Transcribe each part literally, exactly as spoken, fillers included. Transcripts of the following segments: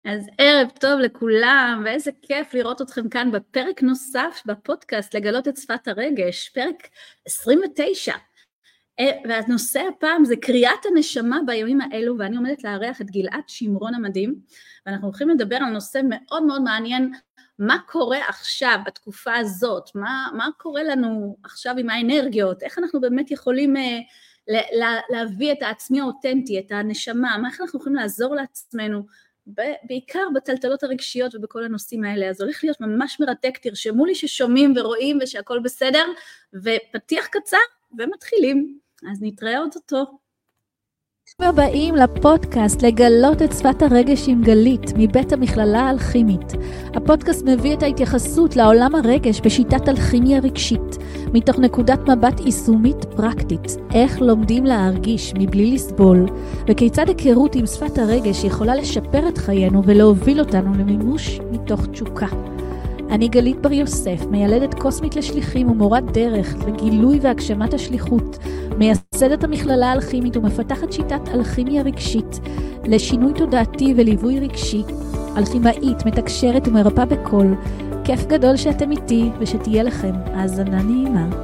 אז ערב טוב לכולם, ואיזה כיף לראות אתכם כאן בפרק נוסף בפודקאסט לגלות את שפת הרגש, פרק עשרים ותשע. והנושא הפעם זה קריאת הנשמה בימים האלו, ואני עומדת לארח את גלעד שמרון המדהים, ואנחנו הולכים לדבר על נושא מאוד מאוד מעניין, מה קורה עכשיו בתקופה הזאת, מה, מה קורה לנו עכשיו עם האנרגיות, איך אנחנו באמת יכולים להביא את העצמי האותנטי, את הנשמה, מה איך אנחנו יכולים לעזור לעצמנו, בעיקר בטלטלות הרגשיות ובכל הנושאים האלה. אז הולך להיות ממש מרתק, תרשמו לי ששומעים ורואים ושהכל בסדר, ופתיח קצר ומתחילים, אז נתראה עוד אותו. הבאים לפודקאסט לגלות את שפת הרגש עם גלית מבית המכללה האלכימית. הפודקאסט מביא את ההתייחסות לעולם הרגש בשיטת אלכימיה רגשית, מתוך נקודת מבט יישומית פרקטית, איך לומדים להרגיש מבלי לסבול, וכיצד היכרות עם שפת הרגש יכולה לשפר את חיינו ולהוביל אותנו למימוש מתוך תשוקה. אני גלית בר יוסף, מיילדת קוסמית לשליחים ומורת דרך לגילוי והגשמת השליחות, מייסדת המכללה האלכימית ומפתחת שיטת אלכימיה רגשית לשינוי תודעתי וליווי רגשי, אלכימאית, מתקשרת ומרפאה בכל. כיף גדול שאתם איתי ושתהיה לכם האזנה נעימה.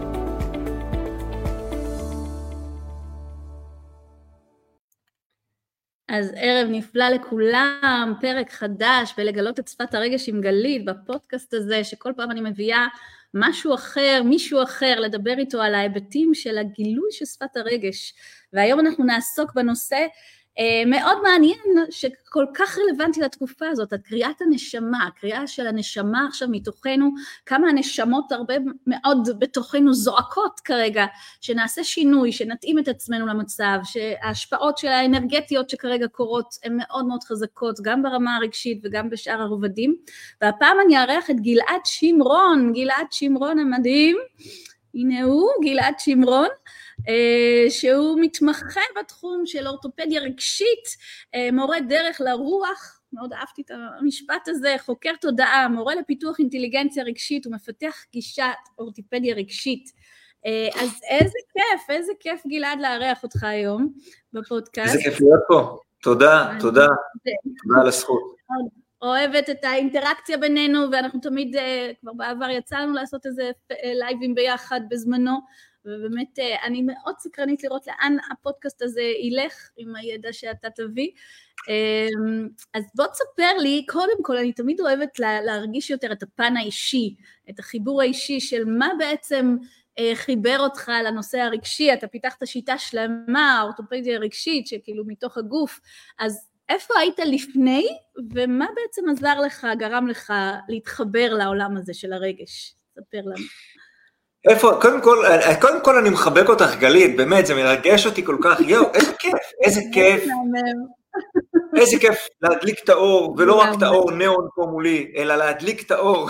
אז ערב נפלא לכולם, פרק חדש ולגלות את שפת הרגש עם גלית בפודקאסט הזה, שכל פעם אני מביאה משהו אחר, מישהו אחר, לדבר איתו על ההיבטים של הגילוי של שפת הרגש. והיום אנחנו נעסוק בנושא אה, מאוד מעניין, שכל כך רלוונטי לתקופה הזאת, הקריאת הנשמה, הקריאה של הנשמה עכשיו מתוכנו, כמה הנשמות הרבה מאוד בתוכנו זועקות כרגע, שנעשה שינוי, שנתאים את עצמנו למצב, שההשפעות של האנרגטיות שכרגע קורות הן מאוד מאוד חזקות, גם ברמה הרגשית וגם בשאר הרובדים. והפעם אני אארח את גלעד שמרון, גלעד שמרון המדהים, הנה הוא, גלעד שמרון, שהוא מתמחה בתחום של אורתופדיה רגשית, מורה דרך לרוח, מאוד אהבתי את המשפט הזה, חוקר תודעה, מורה לפיתוח אינטליגנציה רגשית ומפתח גישת אורתופדיה רגשית. אז איזה כיף, איזה כיף גלעד לארח אותך היום בפודקאסט. איזה כיף להיות פה, תודה, תודה, תודה על הזכות. אוהבת את האינטראקציה בינינו, ואנחנו תמיד, כבר בעבר יצא לנו לעשות איזה לייבים ביחד בזמנו, ובאמת אני מאוד סקרנית לראות לאן הפודקאסט הזה ילך עם הידע שאתה תביא. אז בוא תספר לי, קודם כל אני תמיד אוהבת להרגיש יותר את הפן האישי, את החיבור האישי של מה בעצם חיבר אותך לנושא הרגשי, אתה פיתחת שיטה שלמה, אורתופדיה רגשית, שכאילו מתוך הגוף, אז איפה היית לפני, ומה בעצם עזר לך, גרם לך להתחבר לעולם הזה של הרגש? ספר לנו. איפה, קודם כל, קודם כל אני מחבק אותך גלית, באמת, זה מרגש אותי כל כך, יואו, איזה כיף, איזה כיף, איזה כיף להדליק את האור, ולא רק את האור ניאון פה מולי, אלא להדליק את האור.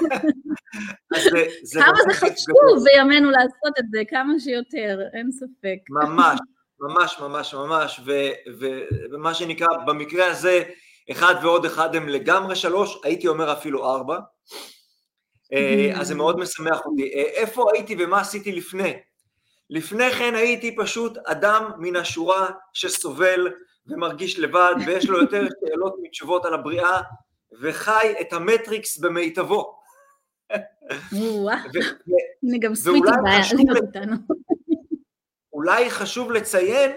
כמה זה חשוב בימינו לעשות את זה, כמה שיותר, אין ספק. ממש, ממש, ממש, ממש, ומה שנקרא, במקרה הזה, אחד ועוד אחד הם לגמרי שלוש, הייתי אומר אפילו ארבע, אז זה מאוד משמח אותי. איפה הייתי ומה עשיתי לפני? לפני כן הייתי פשוט אדם מן השורה שסובל ומרגיש לבד, ויש לו יותר שאלות מתשובות על הבריאה, וחי את המטריקס במיטבו. הנה גם סוויטי בעיה להיות איתנו. אולי חשוב לציין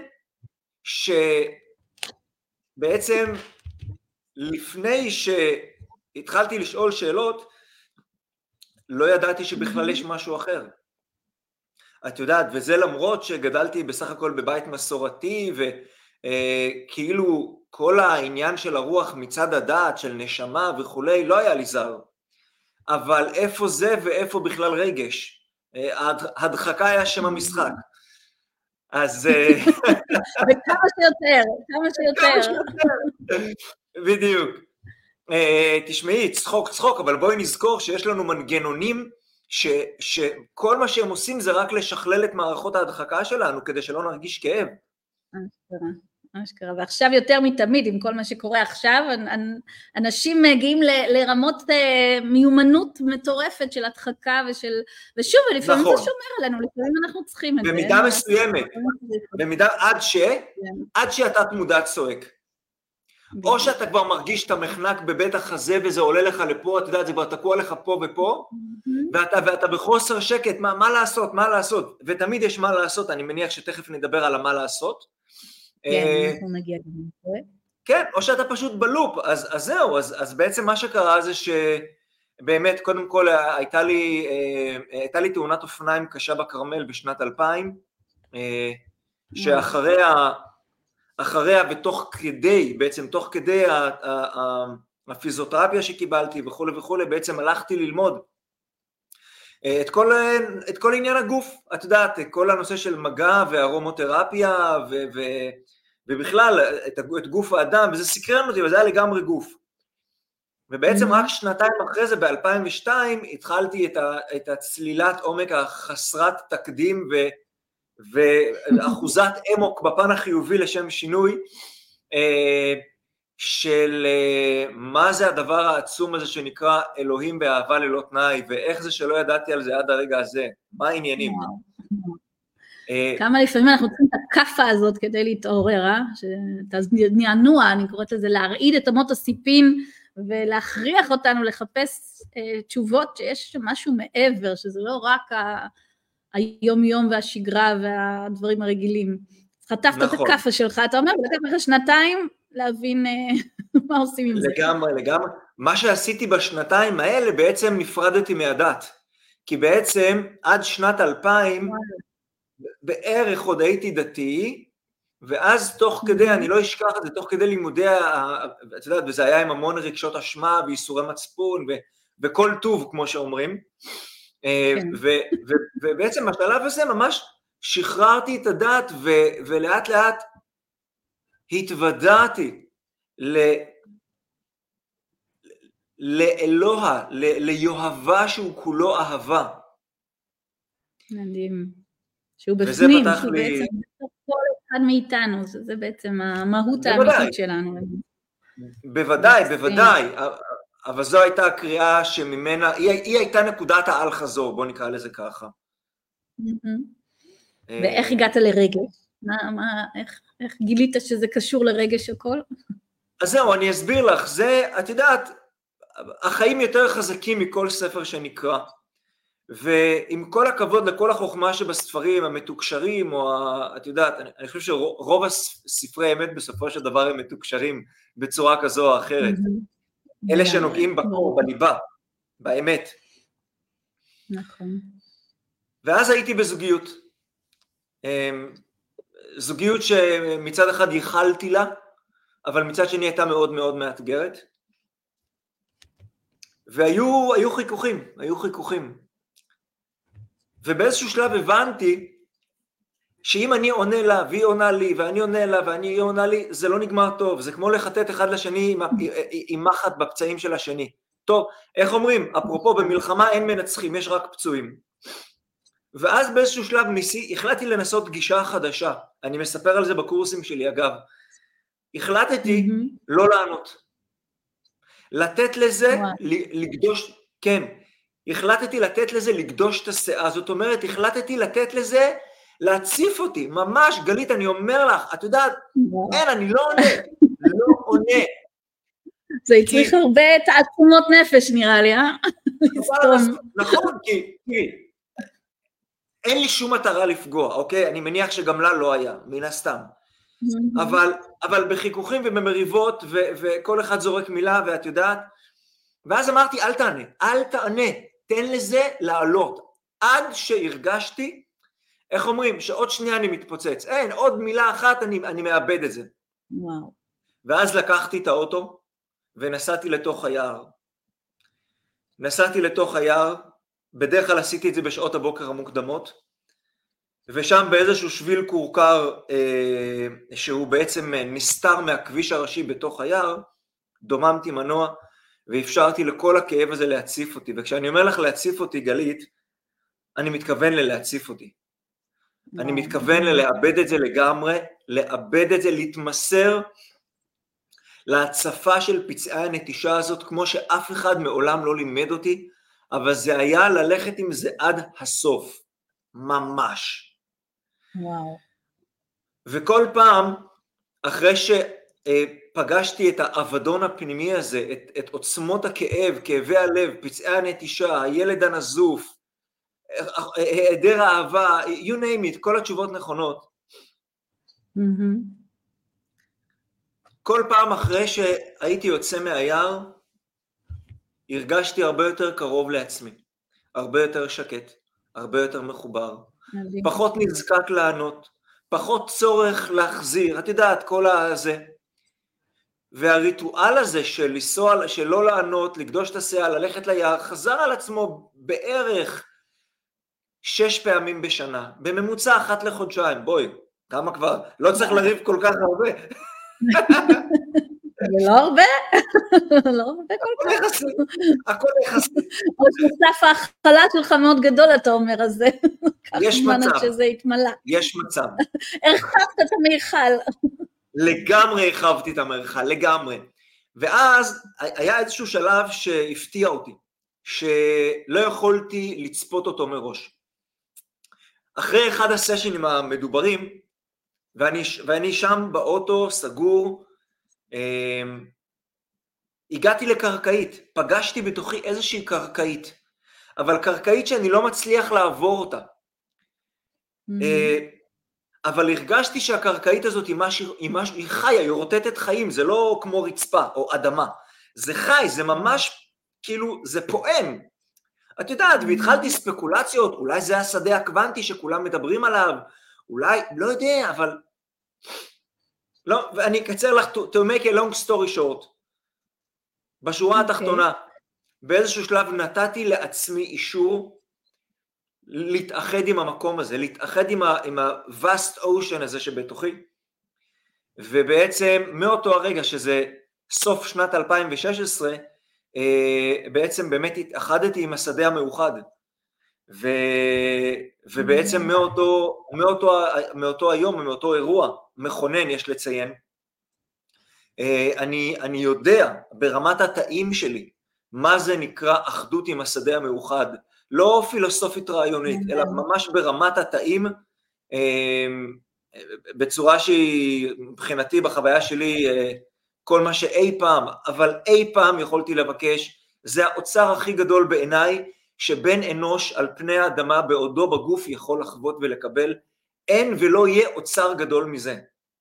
שבעצם לפני שהתחלתי לשאול שאלות, לא ידעתי שבכלל יש משהו אחר. את יודעת, וזה למרות שגדלתי בסך הכל בבית מסורתי, וכאילו כל העניין של הרוח מצד הדעת, של נשמה וכולי, לא היה לי זר. אבל איפה זה ואיפה בכלל רגש? הדחקה היה שם המשחק. אז... וכמה שיותר, כמה שיותר. בדיוק. תשמעי, צחוק, צחוק, אבל בואי נזכור שיש לנו מנגנונים שכל מה שהם עושים זה רק לשכלל את מערכות ההדחקה שלנו, כדי שלא נרגיש כאב. אשכרה, אשכרה, ועכשיו יותר מתמיד, עם כל מה שקורה עכשיו, אנשים מגיעים לרמות מיומנות מטורפת של הדחקה ושל, ושוב, לפעמים זה שומר עלינו, לפעמים אנחנו צריכים את זה. במידה מסוימת, במידה עד ש, עד שאתה מודע צועק. או שאתה כבר מרגיש את המחנק בבית החזה וזה עולה לך לפה, אתה יודע, זה כבר תקוע לך פה ופה, ואתה, ואתה בחוסר שקט, מה, מה לעשות, מה לעשות, ותמיד יש מה לעשות, אני מניח שתכף נדבר על מה לעשות. כן, אנחנו נגיע גם לזה. כן, או שאתה פשוט בלופ, אז, אז זהו, אז, אז בעצם מה שקרה זה שבאמת, קודם כל, הייתה לי, הייתה לי תאונת אופניים קשה בקרמל בשנת אלפיים, שאחריה, אחריה ותוך כדי, בעצם תוך כדי הפיזיותרפיה שקיבלתי וכו' וכו', בעצם הלכתי ללמוד את כל, את כל עניין הגוף, את יודעת, כל הנושא של מגע וארומותרפיה ו, ו, ובכלל את, את גוף האדם, וזה סקרן אותי, וזה היה לגמרי גוף. ובעצם רק שנתיים אחרי זה, ב-אלפיים ושתיים, התחלתי את, ה, את הצלילת עומק החסרת תקדים ו, ואחוזת אמוק בפן החיובי לשם שינוי, של מה זה הדבר העצום הזה שנקרא אלוהים באהבה ללא תנאי, ואיך זה שלא ידעתי על זה עד הרגע הזה, מה העניינים? כמה לפעמים אנחנו צריכים את הקפה הזאת כדי להתעורר, אה? שתענוע, אני קוראת לזה, להרעיד את אמות הסיפים, ולהכריח אותנו לחפש תשובות שיש משהו מעבר, שזה לא רק ה... היום יום והשגרה והדברים הרגילים. חטפת את הקפה שלך, אתה אומר, ולקח לך שנתיים להבין מה עושים עם זה. לגמרי, לגמרי. מה שעשיתי בשנתיים האלה, בעצם נפרדתי מהדת. כי בעצם עד שנת אלפיים, בערך עוד הייתי דתי, ואז תוך כדי, אני לא אשכח את זה, תוך כדי לימודי, את יודעת, וזה היה עם המון רגשות אשמה, וייסורי מצפון, וכל טוב, כמו שאומרים. ובעצם בשלב הזה ממש שחררתי את הדת, ולאט לאט התוודעתי לאלוה, ליוהבה שהוא כולו אהבה. מדהים. שהוא בפנים, שהוא בעצם כל אחד מאיתנו, זה בעצם המהות האמיתית שלנו. בוודאי, בוודאי. אבל זו הייתה הקריאה שממנה, היא, היא הייתה נקודת העל חזור, בוא נקרא לזה ככה. ואיך הגעת לרגש? מה, מה, איך, איך גילית שזה קשור לרגש הכל? אז זהו, אני אסביר לך, זה, את יודעת, החיים יותר חזקים מכל ספר שנקרא, ועם כל הכבוד לכל החוכמה שבספרים המתוקשרים, או ה, את יודעת, אני, אני חושב שרוב הספרי האמת בסופו של דבר הם מתוקשרים בצורה כזו או אחרת. אלה שנוגעים בקור, בליבה, באמת. נכון. ואז הייתי בזוגיות. זוגיות שמצד אחד ייחלתי לה, אבל מצד שני הייתה מאוד מאוד מאתגרת. והיו היו חיכוכים, היו חיכוכים. ובאיזשהו שלב הבנתי שאם אני עונה לה, והיא עונה לי, ואני עונה לה, ואני עונה לי, זה לא נגמר טוב, זה כמו לחטט אחד לשני עם, עם מחט בפצעים של השני. טוב, איך אומרים? אפרופו, במלחמה אין מנצחים, יש רק פצועים. ואז באיזשהו שלב ניסי, החלטתי לנסות גישה חדשה, אני מספר על זה בקורסים שלי אגב, החלטתי mm-hmm. לא לענות, לתת לזה, לקדוש, כן, החלטתי לתת לזה לקדוש את השאה, זאת אומרת, החלטתי לתת לזה, להציף אותי, ממש גלית, אני אומר לך, את יודעת, אין, אני לא עונה, לא עונה. זה הצריך הרבה תעצומות נפש נראה לי, אה? נכון, כי אין לי שום מטרה לפגוע, אוקיי? אני מניח שגם לה לא היה, מן הסתם. אבל, אבל בחיכוכים ובמריבות, וכל אחד זורק מילה, ואת יודעת, ואז אמרתי, אל תענה, אל תענה, תן לזה לעלות, עד שהרגשתי, איך אומרים, שעוד שנייה אני מתפוצץ, אין, עוד מילה אחת אני, אני מאבד את זה. וואו. ואז לקחתי את האוטו, ונסעתי לתוך היער. נסעתי לתוך היער, בדרך כלל עשיתי את זה בשעות הבוקר המוקדמות, ושם באיזשהו שביל קורקר, אה, שהוא בעצם נסתר מהכביש הראשי בתוך היער, דוממתי מנוע, ואפשרתי לכל הכאב הזה להציף אותי, וכשאני אומר לך להציף אותי, גלית, אני מתכוון ללהציף אותי. אני מתכוון ללאבד את זה לגמרי, לאבד את זה, להתמסר להצפה של פצעי הנטישה הזאת, כמו שאף אחד מעולם לא לימד אותי, אבל זה היה ללכת עם זה עד הסוף, ממש. וואו. וכל פעם, אחרי ש... פגשתי את האבדון הפנימי הזה, את, את עוצמות הכאב, כאבי הלב, פצעי הנטישה, הילד הנזוף, היעדר האהבה, you name it, כל התשובות נכונות. Mm-hmm. כל פעם אחרי שהייתי יוצא מהיער, הרגשתי הרבה יותר קרוב לעצמי, הרבה יותר שקט, הרבה יותר מחובר, מדהים. פחות נזקק לענות, פחות צורך להחזיר, את יודעת, כל הזה. והריטואל הזה של לנסוע, של לא לענות, לקדוש את הסאה, ללכת ליער, חזר על עצמו בערך שש פעמים בשנה, בממוצע אחת לחודשיים, בואי, כמה כבר, לא צריך לריב כל כך הרבה. זה לא הרבה, לא הרבה כל כך. יחסי, הכל יחסי. או שסף ההכלה שלך מאוד גדול, אתה אומר, אז זה יש מצב. שזה יתמלא. יש מצב. הרחבת את המיכל. לגמרי הרחבתי את המרחב, לגמרי. ואז היה איזשהו שלב שהפתיע אותי, שלא יכולתי לצפות אותו מראש. אחרי אחד הסשנים המדוברים, ואני, ואני שם באוטו סגור, אה, הגעתי לקרקעית, פגשתי בתוכי איזושהי קרקעית, אבל קרקעית שאני לא מצליח לעבור אותה. Mm-hmm. אה, אבל הרגשתי שהקרקעית הזאת היא, משהו, היא, משהו, היא חיה, היא רוטטת חיים, זה לא כמו רצפה או אדמה, זה חי, זה ממש, כאילו, זה פועם. את יודעת, והתחלתי ספקולציות, אולי זה השדה הקוונטי שכולם מדברים עליו, אולי, לא יודע, אבל... לא, ואני אקצר לך, to, to make a long story short, בשורה okay. התחתונה, באיזשהו שלב נתתי לעצמי אישור, להתאחד עם המקום הזה, להתאחד עם ה, עם ה-vast ocean הזה שבתוכי, ובעצם מאותו הרגע שזה סוף שנת אלפיים ושש עשרה, בעצם באמת התאחדתי עם השדה המאוחד, ו, ובעצם מאותו, מאותו, מאותו היום, מאותו אירוע מכונן יש לציין, אני, אני יודע ברמת התאים שלי, מה זה נקרא אחדות עם השדה המאוחד, לא פילוסופית רעיונית, אלא ממש ברמת התאים, בצורה שהיא מבחינתי בחוויה שלי, כל מה שאי פעם, אבל אי פעם יכולתי לבקש, זה האוצר הכי גדול בעיניי, שבן אנוש על פני האדמה בעודו בגוף יכול לחוות ולקבל, אין ולא יהיה אוצר גדול מזה.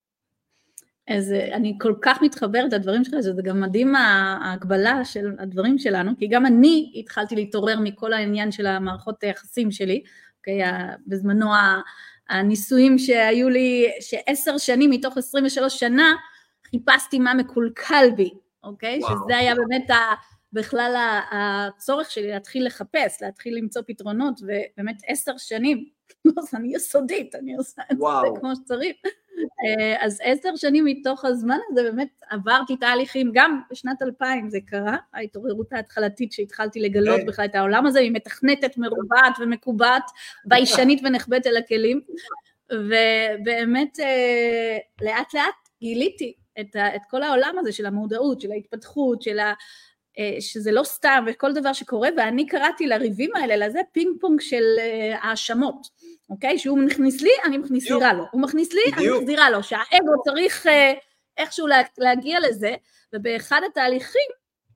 אז אני כל כך מתחברת לדברים שלך, שזה גם מדהים ההגבלה של הדברים שלנו, כי גם אני התחלתי להתעורר מכל העניין של המערכות היחסים שלי, אוקיי, בזמנו הניסויים שהיו לי, שעשר שנים מתוך עשרים ושלוש שנה, חיפשתי מה מקולקל בי, אוקיי, וואו. שזה היה באמת ה, בכלל הצורך שלי להתחיל לחפש, להתחיל למצוא פתרונות, ובאמת עשר שנים, אז אני יסודית, אני עושה את וואו. זה כמו שצריך, אז עשר שנים מתוך הזמן הזה באמת עברתי תהליכים, גם בשנת אלפיים זה קרה, ההתעוררות ההתחלתית שהתחלתי לגלות hey. בכלל את העולם הזה, היא מתכנתת, מרובעת ומקובעת, ביישנית ונחבאת אל הכלים, ובאמת לאט לאט גיליתי את, את כל העולם הזה של המודעות, של ההתפתחות, של ה... שזה לא סתם וכל דבר שקורה, ואני קראתי לריבים האלה, לזה פינג פונג של האשמות, אוקיי? שהוא מכניס לי, אני מכניסירה לו, הוא מכניס לי, אני מחזירה לו, שהאגו צריך איכשהו להגיע לזה, ובאחד התהליכים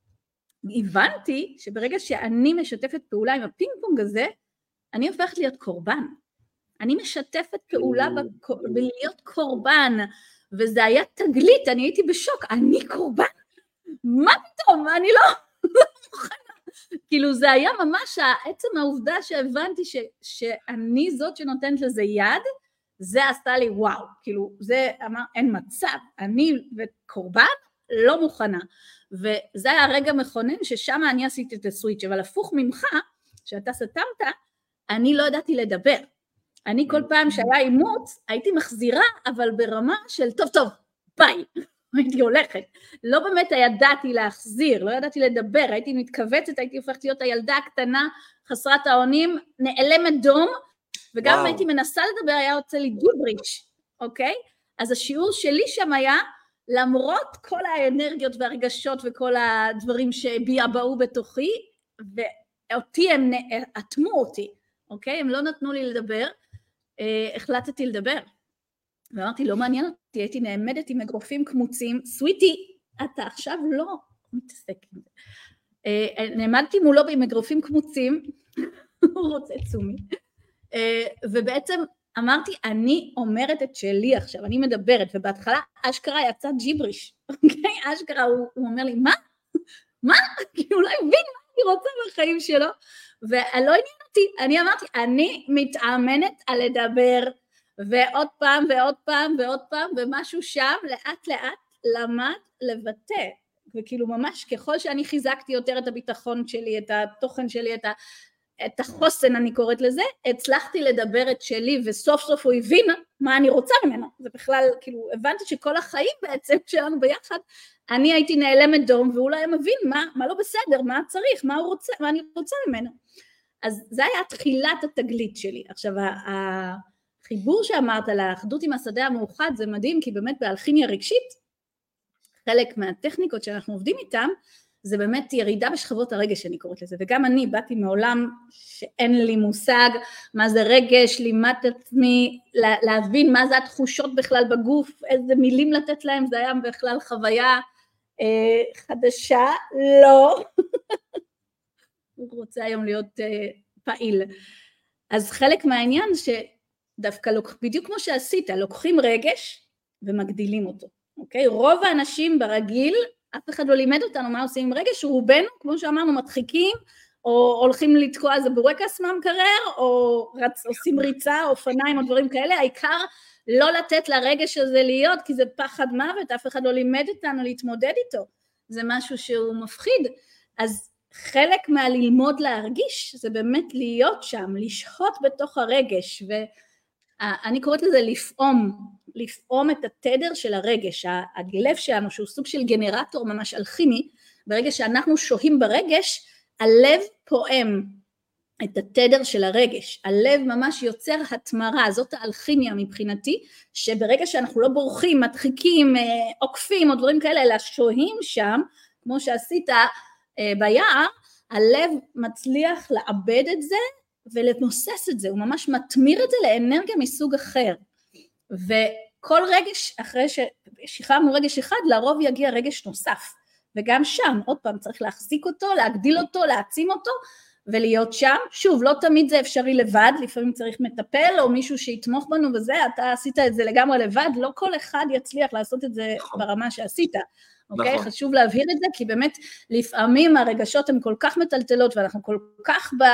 הבנתי שברגע שאני משתפת פעולה עם הפינג פונג הזה, אני הופכת להיות קורבן, אני משתפת פעולה בלהיות קורבן, וזה היה תגלית, אני הייתי בשוק, אני קורבן, מה פתאום, אני לא, לא מוכנה, כאילו זה היה ממש עצם העובדה שהבנתי ש, שאני זאת שנותנת לזה יד, זה עשתה לי וואו, כאילו זה אמר אין מצב, אני וקורבן לא מוכנה, וזה היה הרגע מכונן ששם אני עשיתי את הסוויץ', אבל הפוך ממך, שאתה סתמת, אני לא ידעתי לדבר, אני כל פעם שהיה אימוץ, הייתי מחזירה, אבל ברמה של טוב טוב, ביי, הייתי הולכת, לא באמת ידעתי להחזיר, לא ידעתי לדבר, הייתי מתכווצת, הייתי הופכת להיות הילדה הקטנה, חסרת האונים, נעלמת דום, וגם וואו. הייתי מנסה לדבר, היה יוצא לי דובריש, אוקיי? אז השיעור שלי שם היה, למרות כל האנרגיות והרגשות וכל הדברים שביעבעו בתוכי, ואותי הם אטמו אותי, אוקיי? הם לא נתנו לי לדבר, החלטתי לדבר. ואמרתי, לא מעניין אותי, הייתי נעמדת עם אגרופים כמוצים, סוויטי, אתה עכשיו לא מתעסק עם זה. נעמדתי מולו עם אגרופים כמוצים, הוא רוצה צומי, ובעצם אמרתי, אני אומרת את שלי עכשיו, אני מדברת, ובהתחלה אשכרה יצא ג'יבריש, אוקיי? אשכרה, הוא, הוא אומר לי, מה? מה? כי הוא לא הבין מה אני רוצה בחיים שלו, ולא עניין אותי, אני אמרתי, אני מתאמנת על לדבר, ועוד פעם ועוד פעם ועוד פעם, ומשהו שם לאט לאט למד לבטא, וכאילו ממש ככל שאני חיזקתי יותר את הביטחון שלי, את התוכן שלי, את ה... את החוסן אני קוראת לזה, הצלחתי לדבר את שלי וסוף סוף הוא הבין מה אני רוצה ממנו, זה בכלל כאילו הבנתי שכל החיים בעצם שלנו ביחד, אני הייתי נעלמת דום והוא לא היה מבין מה, מה לא בסדר, מה צריך, מה הוא רוצה, מה אני רוצה ממנו, אז זה היה תחילת התגלית שלי. עכשיו החיבור שאמרת על האחדות עם השדה המאוחד זה מדהים, כי באמת באלכימיה רגשית, חלק מהטכניקות שאנחנו עובדים איתם, זה באמת ירידה בשכבות הרגש שאני קוראת לזה, וגם אני באתי מעולם שאין לי מושג מה זה רגש, לימדת עצמי להבין מה זה התחושות בכלל בגוף, איזה מילים לתת להם, זה היה בכלל חוויה אה, חדשה, לא, הוא רוצה היום להיות אה, פעיל, אז חלק מהעניין שדווקא לוק, בדיוק כמו שעשית, לוקחים רגש ומגדילים אותו, אוקיי? רוב האנשים ברגיל, אף אחד לא לימד אותנו מה עושים עם רגש, רובנו, כמו שאמרנו, מדחיקים, או הולכים לתקוע איזה בורקס מהמקרר, או רצ, עושים ריצה, או אופניים, או דברים כאלה, העיקר לא לתת לרגש הזה להיות, כי זה פחד מוות, אף אחד לא לימד אותנו להתמודד איתו, זה משהו שהוא מפחיד, אז חלק מהללמוד להרגיש, זה באמת להיות שם, לשהות בתוך הרגש, ואני קוראת לזה לפעום, לפעום את התדר של הרגש, הלב שלנו שהוא סוג של גנרטור ממש אלכימי, ברגע שאנחנו שוהים ברגש, הלב פועם את התדר של הרגש, הלב ממש יוצר התמרה, זאת האלכימיה מבחינתי, שברגע שאנחנו לא בורחים, מדחיקים, עוקפים או דברים כאלה, אלא שוהים שם, כמו שעשית ביער, הלב מצליח לעבד את זה ולמוסס את זה, הוא ממש מתמיר את זה לאנרגיה מסוג אחר, וכל רגש, אחרי ששחררנו רגש אחד, לרוב יגיע רגש נוסף, וגם שם, עוד פעם, צריך להחזיק אותו, להגדיל אותו, להעצים אותו, ולהיות שם. שוב, לא תמיד זה אפשרי לבד, לפעמים צריך מטפל, או מישהו שיתמוך בנו וזה, אתה עשית את זה לגמרי לבד, לא כל אחד יצליח לעשות את זה ברמה שעשית, אוקיי? נכון. חשוב להבהיר את זה, כי באמת, לפעמים הרגשות הן כל כך מטלטלות, ואנחנו כל כך ב...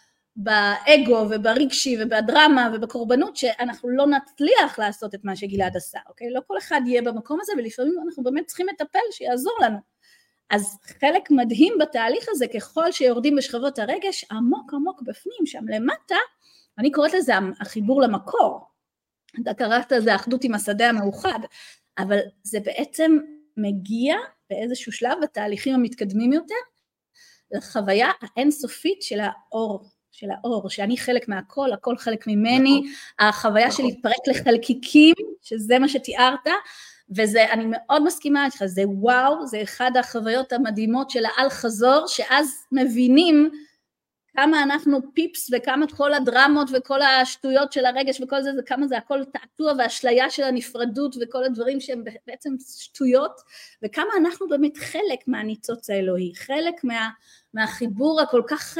באגו וברגשי ובדרמה ובקורבנות שאנחנו לא נצליח לעשות את מה שגלעד עשה, אוקיי? לא כל אחד יהיה במקום הזה, ולפעמים אנחנו באמת צריכים לטפל שיעזור לנו. אז חלק מדהים בתהליך הזה, ככל שיורדים בשכבות הרגש, עמוק עמוק בפנים, שם למטה, אני קוראת לזה החיבור למקור, אתה קראת לזה אחדות עם השדה המאוחד, אבל זה בעצם מגיע באיזשהו שלב, בתהליכים המתקדמים יותר, לחוויה האינסופית של האור, של האור, שאני חלק מהכל, הכל חלק ממני, החוויה של להתפרק לחלקיקים, שזה מה שתיארת, וזה, אני מאוד מסכימה איתך, זה וואו, זה אחד החוויות המדהימות של העל חזור, שאז מבינים כמה אנחנו פיפס, וכמה כל הדרמות וכל השטויות של הרגש וכל זה, וכמה זה הכל תעתוע והשליה של הנפרדות וכל הדברים שהם בעצם שטויות, וכמה אנחנו באמת חלק מהניצוץ האלוהי, חלק מה, מהחיבור הכל כך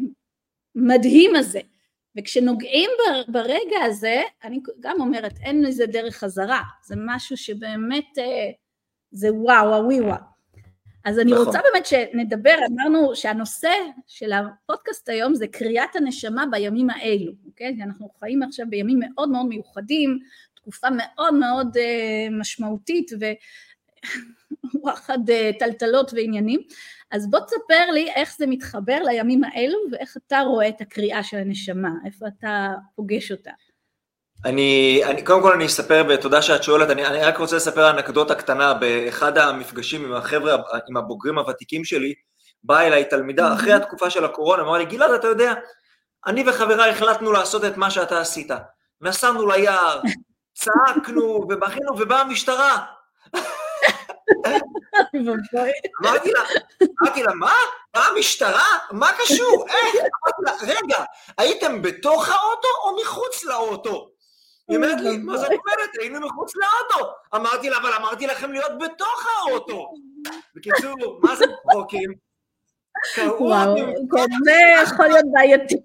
מדהים הזה, וכשנוגעים ברגע הזה, אני גם אומרת, אין איזה דרך חזרה, זה משהו שבאמת, זה וואו, הווי וואו. אז אני רוצה באמת שנדבר, אמרנו שהנושא של הפודקאסט היום, זה קריאת הנשמה בימים האלו, אוקיי? אנחנו חיים עכשיו בימים מאוד מאוד מיוחדים, תקופה מאוד מאוד משמעותית, וואחד טלטלות ועניינים, אז בוא תספר לי איך זה מתחבר לימים האלו, ואיך אתה רואה את הקריאה של הנשמה, איפה אתה פוגש אותה. אני, אני, קודם כל אני אספר, ותודה שאת שואלת, אני, אני רק רוצה לספר אנקדוטה קטנה, באחד המפגשים עם החבר'ה, עם הבוגרים הוותיקים שלי, באה אליי תלמידה, אחרי התקופה של הקורונה, אמרה לי, גלעד, אתה יודע, אני וחברה החלטנו לעשות את מה שאתה עשית, נסענו ליער, צעקנו ובכינו, ובאה המשטרה, אמרתי לה, אמרתי לה, מה? מה המשטרה? מה קשור? איך? אמרתי לה, רגע, הייתם בתוך האוטו או מחוץ לאוטו? היא אומרת לי, מה זאת אומרת? היינו מחוץ לאוטו. אמרתי לה, אבל אמרתי לכם להיות בתוך האוטו. בקיצור, מה זה צחוקים? וואו, זה יכול להיות בעייתי.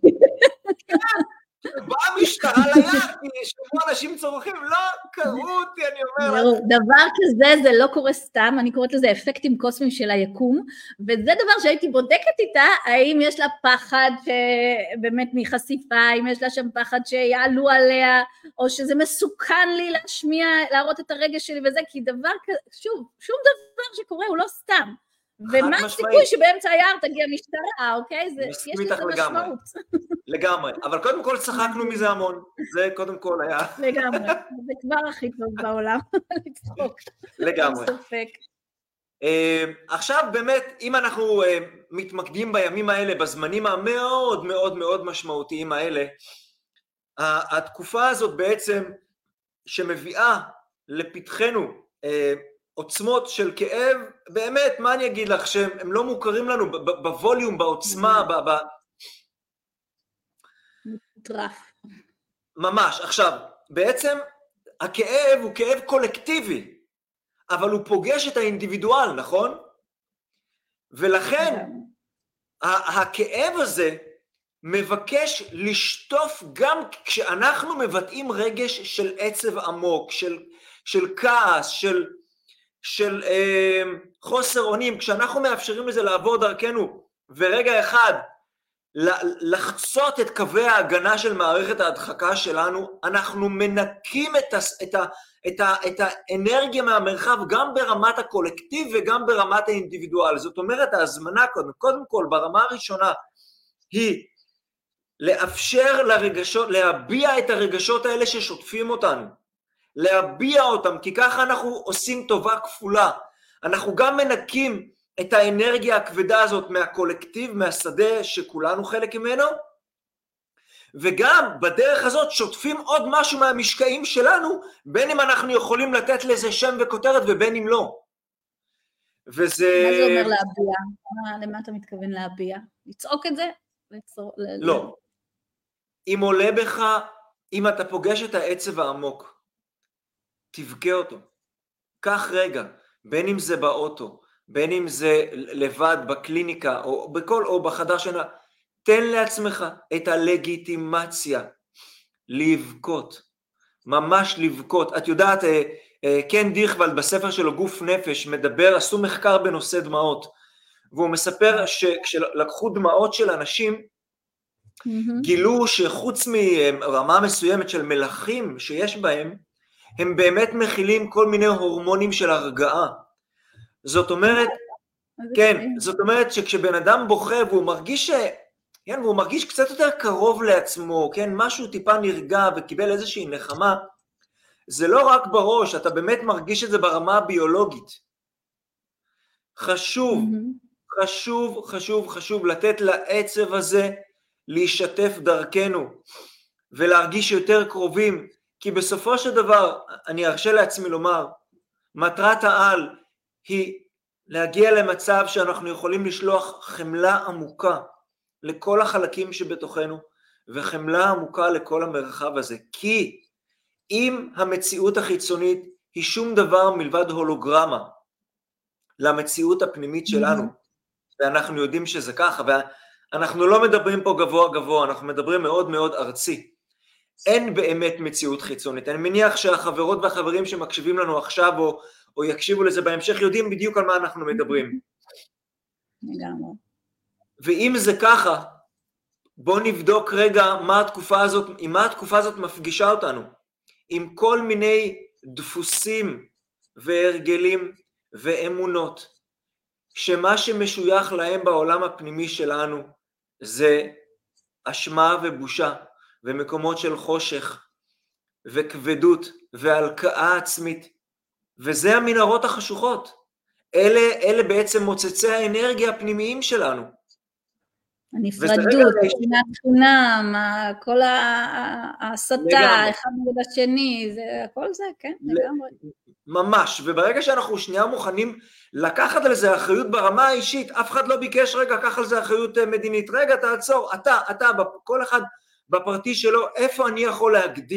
באה המשטרה ליד, כי שמוע אנשים צורכים, לא, קראו אותי, אני אומר לך. דבר כזה, זה לא קורה סתם, אני קוראת לזה אפקטים קוסמיים של היקום, וזה דבר שהייתי בודקת איתה, האם יש לה פחד באמת מחשיפה, האם יש לה שם פחד שיעלו עליה, או שזה מסוכן לי להשמיע, להראות את הרגש שלי וזה, כי דבר כזה, שוב, שום דבר שקורה הוא לא סתם. ומה הסיכוי שבאמצע היער תגיע משטרה, אוקיי? יש לזה משמעות. לגמרי, אבל קודם כל צחקנו מזה המון, זה קודם כל היה... לגמרי, זה כבר הכי טוב בעולם, לצחוק. לגמרי. עכשיו באמת, אם אנחנו מתמקדים בימים האלה, בזמנים המאוד מאוד מאוד משמעותיים האלה, התקופה הזאת בעצם שמביאה לפתחנו עוצמות של כאב, באמת, מה אני אגיד לך, שהם לא מוכרים לנו בווליום, בעוצמה, ב... מטרף. ממש. עכשיו, בעצם הכאב הוא כאב קולקטיבי, אבל הוא פוגש את האינדיבידואל, נכון? ולכן, הכאב הזה מבקש לשטוף גם כשאנחנו מבטאים רגש של עצב עמוק, של, של כעס, של... של אה, חוסר אונים, כשאנחנו מאפשרים לזה לעבור דרכנו, ורגע אחד לחצות את קווי ההגנה של מערכת ההדחקה שלנו, אנחנו מנקים את, ה, את, ה, את, ה, את האנרגיה מהמרחב, גם ברמת הקולקטיב וגם ברמת האינדיבידואל. זאת אומרת, ההזמנה קודם, קודם כל, ברמה הראשונה, היא לאפשר לרגשות, להביע את הרגשות האלה ששוטפים אותנו, להביע אותם, כי ככה אנחנו עושים טובה כפולה. אנחנו גם מנקים את האנרגיה הכבדה הזאת מהקולקטיב, מהשדה שכולנו חלק ממנו, וגם בדרך הזאת שוטפים עוד משהו מהמשקעים שלנו, בין אם אנחנו יכולים לתת לזה שם וכותרת ובין אם לא. וזה... מה זה אומר להביע? למה אתה מתכוון להביע? לצעוק את זה? לצור... לא. אם עולה בך, אם אתה פוגש את העצב העמוק, תבכה אותו. קח רגע, בין אם זה באוטו, בין אם זה לבד בקליניקה, או בכל, או בחדר שינה, תן לעצמך את הלגיטימציה לבכות, ממש לבכות. את יודעת, קן דיכוולד בספר שלו גוף נפש מדבר, עשו מחקר בנושא דמעות, והוא מספר שכשלקחו דמעות של אנשים, גילו שחוץ מרמה מסוימת של מלחים שיש בהם, הם באמת מכילים כל מיני הורמונים של הרגעה. זאת אומרת, כן, זאת אומרת שכשבן אדם בוכה והוא מרגיש, כן, והוא מרגיש קצת יותר קרוב לעצמו, כן, משהו טיפה נרגע וקיבל איזושהי נחמה, זה לא רק בראש, אתה באמת מרגיש את זה ברמה הביולוגית. חשוב, חשוב, חשוב, חשוב לתת לעצב הזה להישתף דרכנו ולהרגיש יותר קרובים, כי בסופו של דבר, אני ארשה לעצמי לומר, מטרת העל היא להגיע למצב שאנחנו יכולים לשלוח חמלה עמוקה לכל החלקים שבתוכנו, וחמלה עמוקה לכל המרחב הזה. כי אם המציאות החיצונית היא שום דבר מלבד הולוגרמה למציאות הפנימית שלנו, ואנחנו יודעים שזה ככה, ואנחנו לא מדברים פה גבוה גבוה, אנחנו מדברים מאוד מאוד ארצי. אין באמת מציאות חיצונית. אני מניח שהחברות והחברים שמקשיבים לנו עכשיו, או, או יקשיבו לזה בהמשך, יודעים בדיוק על מה אנחנו מדברים. לגמרי. ואם זה ככה, בוא נבדוק רגע מה התקופה הזאת, עם מה התקופה הזאת מפגישה אותנו, עם כל מיני דפוסים והרגלים ואמונות, שמה שמשוייך להם בעולם הפנימי שלנו, זה אשמה ובושה, ומקומות של חושך, וכבדות, והלקאה עצמית, וזה המנהרות החשוכות. אלה, אלה בעצם מוצצי האנרגיה הפנימיים שלנו. הנפרדות, שנאת חינם, כל ההסתה, אחד נגד השני, זה, הכל זה, כן, לגמרי. ממש, וברגע שאנחנו שנייה מוכנים לקחת על זה אחריות ברמה האישית, אף אחד לא ביקש רגע, קח על זה אחריות מדינית, רגע תעצור, אתה, אתה, כל אחד בפרטי שלו, איפה אני יכול להגדיל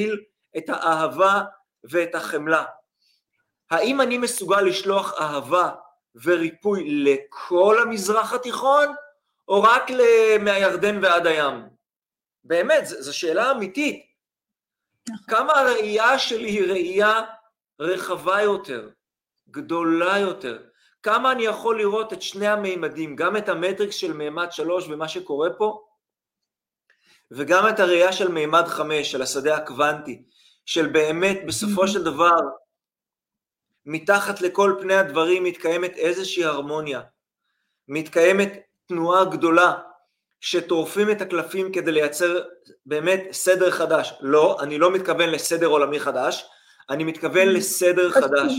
את האהבה ואת החמלה. האם אני מסוגל לשלוח אהבה וריפוי לכל המזרח התיכון, או רק מהירדן ועד הים? באמת, זו שאלה אמיתית. כמה הראייה שלי היא ראייה רחבה יותר, גדולה יותר? כמה אני יכול לראות את שני המימדים, גם את המטריקס של מימד שלוש ומה שקורה פה, וגם את הראייה של מימד חמש, של השדה הקוונטי, של באמת בסופו של דבר, מתחת לכל פני הדברים מתקיימת איזושהי הרמוניה, מתקיימת תנועה גדולה, שטורפים את הקלפים כדי לייצר באמת סדר חדש. לא, אני לא מתכוון לסדר עולמי חדש, אני מתכוון לסדר חדש.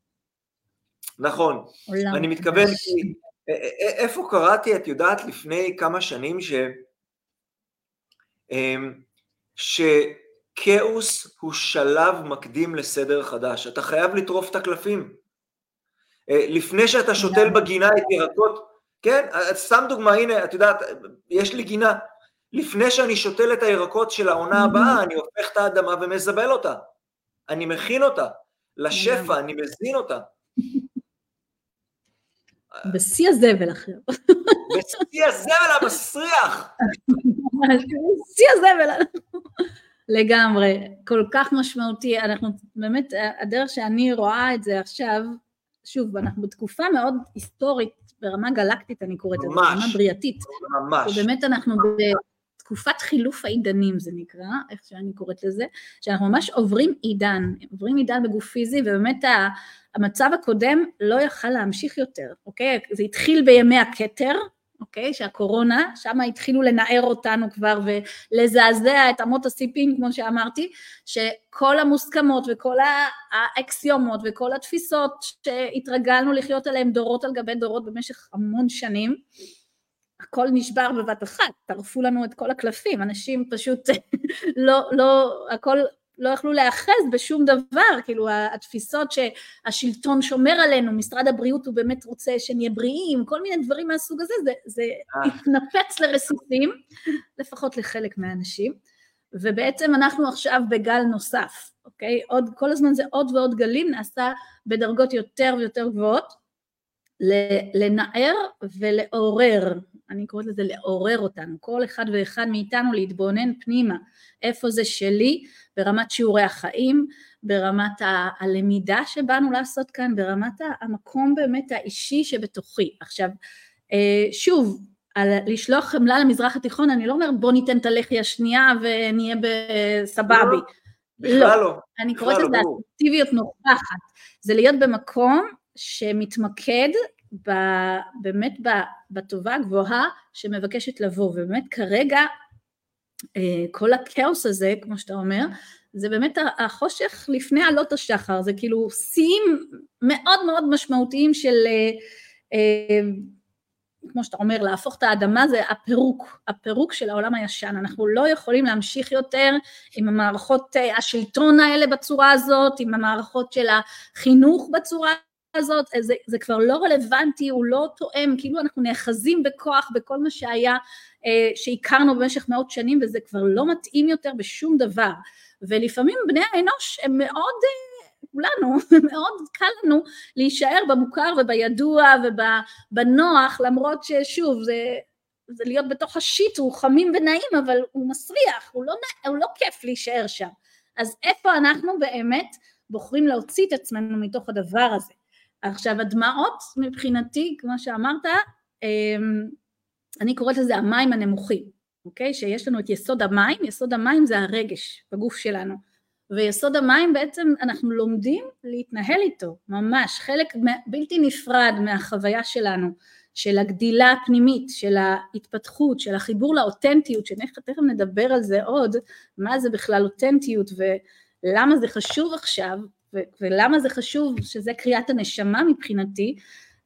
נכון, אני מתכוון, איפה קראתי, את יודעת, לפני כמה שנים, ש... שקאוס הוא שלב מקדים לסדר חדש. אתה חייב לטרוף את הקלפים. לפני שאתה שותל בגינה את ירקות, כן, סתם דוגמה, הנה, את יודעת, יש לי גינה. לפני שאני שותל את הירקות של העונה הבאה, אני הופך את האדמה ומזבל אותה. אני מכין אותה. לשפע, אני מזין אותה. בשיא הזבל אחר. בשיא הזבל המסריח. בשיא הזבל. לגמרי, כל כך משמעותי. אנחנו באמת, הדרך שאני רואה את זה עכשיו, שוב, אנחנו בתקופה מאוד היסטורית, ברמה גלקטית אני קוראת לזה, ברמה בריאתית. ממש. ובאמת אנחנו בתקופת חילוף העידנים, זה נקרא, איך שאני קוראת לזה, שאנחנו ממש עוברים עידן, עוברים עידן בגוף פיזי, ובאמת המצב הקודם לא יכל להמשיך יותר, אוקיי? זה התחיל בימי הכתר, אוקיי? שהקורונה, שם התחילו לנער אותנו כבר, ולזעזע את אמות הסיפים, כמו שאמרתי, שכל המוסכמות וכל האקסיומות וכל התפיסות שהתרגלנו לחיות עליהם דורות על גבי דורות במשך המון שנים, הכל נשבר בבת אחת, טרפו לנו את כל הקלפים, אנשים פשוט לא, לא, הכל לא יכלו להאחז בשום דבר, כאילו התפיסות שהשלטון שומר עלינו, משרד הבריאות הוא באמת רוצה שנהיה בריאים, כל מיני דברים מהסוג הזה, זה, זה התנפץ לרסיסים, לפחות לחלק מהאנשים, ובעצם אנחנו עכשיו בגל נוסף, אוקיי? עוד, כל הזמן זה עוד ועוד גלים, נעשה בדרגות יותר ויותר גבוהות, לנער ולעורר, אני קוראת לזה לעורר אותנו, כל אחד ואחד מאיתנו להתבונן פנימה, איפה זה שלי, ברמת שיעורי החיים, ברמת ה- הלמידה שבאנו לעשות כאן, ברמת המקום באמת האישי שבתוכי. עכשיו, שוב, על לשלוח חמלה למזרח התיכון, אני לא אומר בוא ניתן את הלחי השנייה ונהיה בסבבי. בכלל לא. אני קוראת לזה אקטיביות נוכחת, זה להיות במקום שמתמקד ב, באמת ב, בטובה הגבוהה שמבקשת לבוא, ובאמת כרגע כל הכאוס הזה, כמו שאתה אומר, זה באמת החושך לפני עלות השחר, זה כאילו שיאים מאוד מאוד משמעותיים של, כמו שאתה אומר, להפוך את האדמה, זה הפירוק, הפירוק של העולם הישן, אנחנו לא יכולים להמשיך יותר עם המערכות השלטון האלה בצורה הזאת, עם המערכות של החינוך בצורה הזאת, זה, זה כבר לא רלוונטי, הוא לא תואם, כאילו אנחנו נאחזים בכוח בכל מה שהיה, שהכרנו במשך מאות שנים, וזה כבר לא מתאים יותר בשום דבר, ולפעמים בני האנוש הם מאוד, כולנו, מאוד קל לנו להישאר במוכר ובידוע ובנוח, למרות ששוב, זה, זה להיות בתוך השיט, הוא חמים ונעים, אבל הוא מסריח, הוא לא, הוא לא כיף להישאר שם, אז איפה אנחנו באמת בוחרים להוציא את עצמנו מתוך הדבר הזה? עכשיו הדמעות מבחינתי, כמו שאמרת, אני קוראת לזה המים הנמוכים, אוקיי? שיש לנו את יסוד המים, יסוד המים זה הרגש בגוף שלנו, ויסוד המים בעצם אנחנו לומדים להתנהל איתו, ממש, חלק בלתי נפרד מהחוויה שלנו, של הגדילה הפנימית, של ההתפתחות, של החיבור לאותנטיות, שתכף נדבר על זה עוד, מה זה בכלל אותנטיות ולמה זה חשוב עכשיו, ולמה זה חשוב שזה קריאת הנשמה מבחינתי,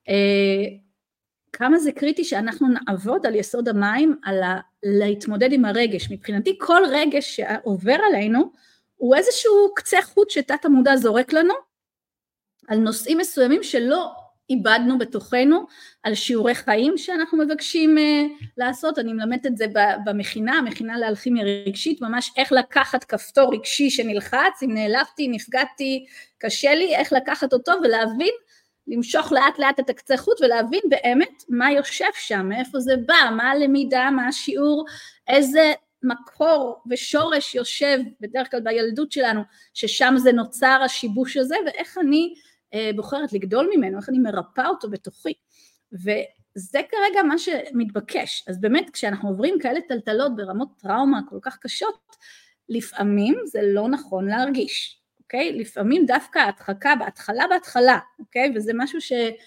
כמה זה קריטי שאנחנו נעבוד על יסוד המים, על להתמודד עם הרגש, מבחינתי כל רגש שעובר עלינו, הוא איזשהו קצה חוט שתת המודע זורק לנו, על נושאים מסוימים שלא איבדנו בתוכנו, על שיעורי חיים שאנחנו מבקשים uh, לעשות. אני מלמדת את זה במכינה, המכינה לאלכימיה רגשית, ממש איך לקחת כפתור רגשי שנלחץ, אם נעלבתי, נפגעתי, קשה לי, איך לקחת אותו ולהבין, למשוך לאט לאט את הקצה חוט ולהבין באמת מה יושב שם, מאיפה זה בא, מה הלמידה, מה השיעור, איזה מקור ושורש יושב בדרך כלל בילדות שלנו, ששם זה נוצר השיבוש הזה, ואיך אני אה, בוחרת לגדול ממנו, איך אני מרפא אותו בתוכי, וזה כרגע מה שמתבקש. אז באמת כשאנחנו עוברים כאלה טלטלות ברמות טראומה כל כך קשות, לפעמים זה לא נכון להרגיש. אוקיי? לפעמים דווקא ההדחקה בהתחלה בהתחלה, אוקיי? וזה משהו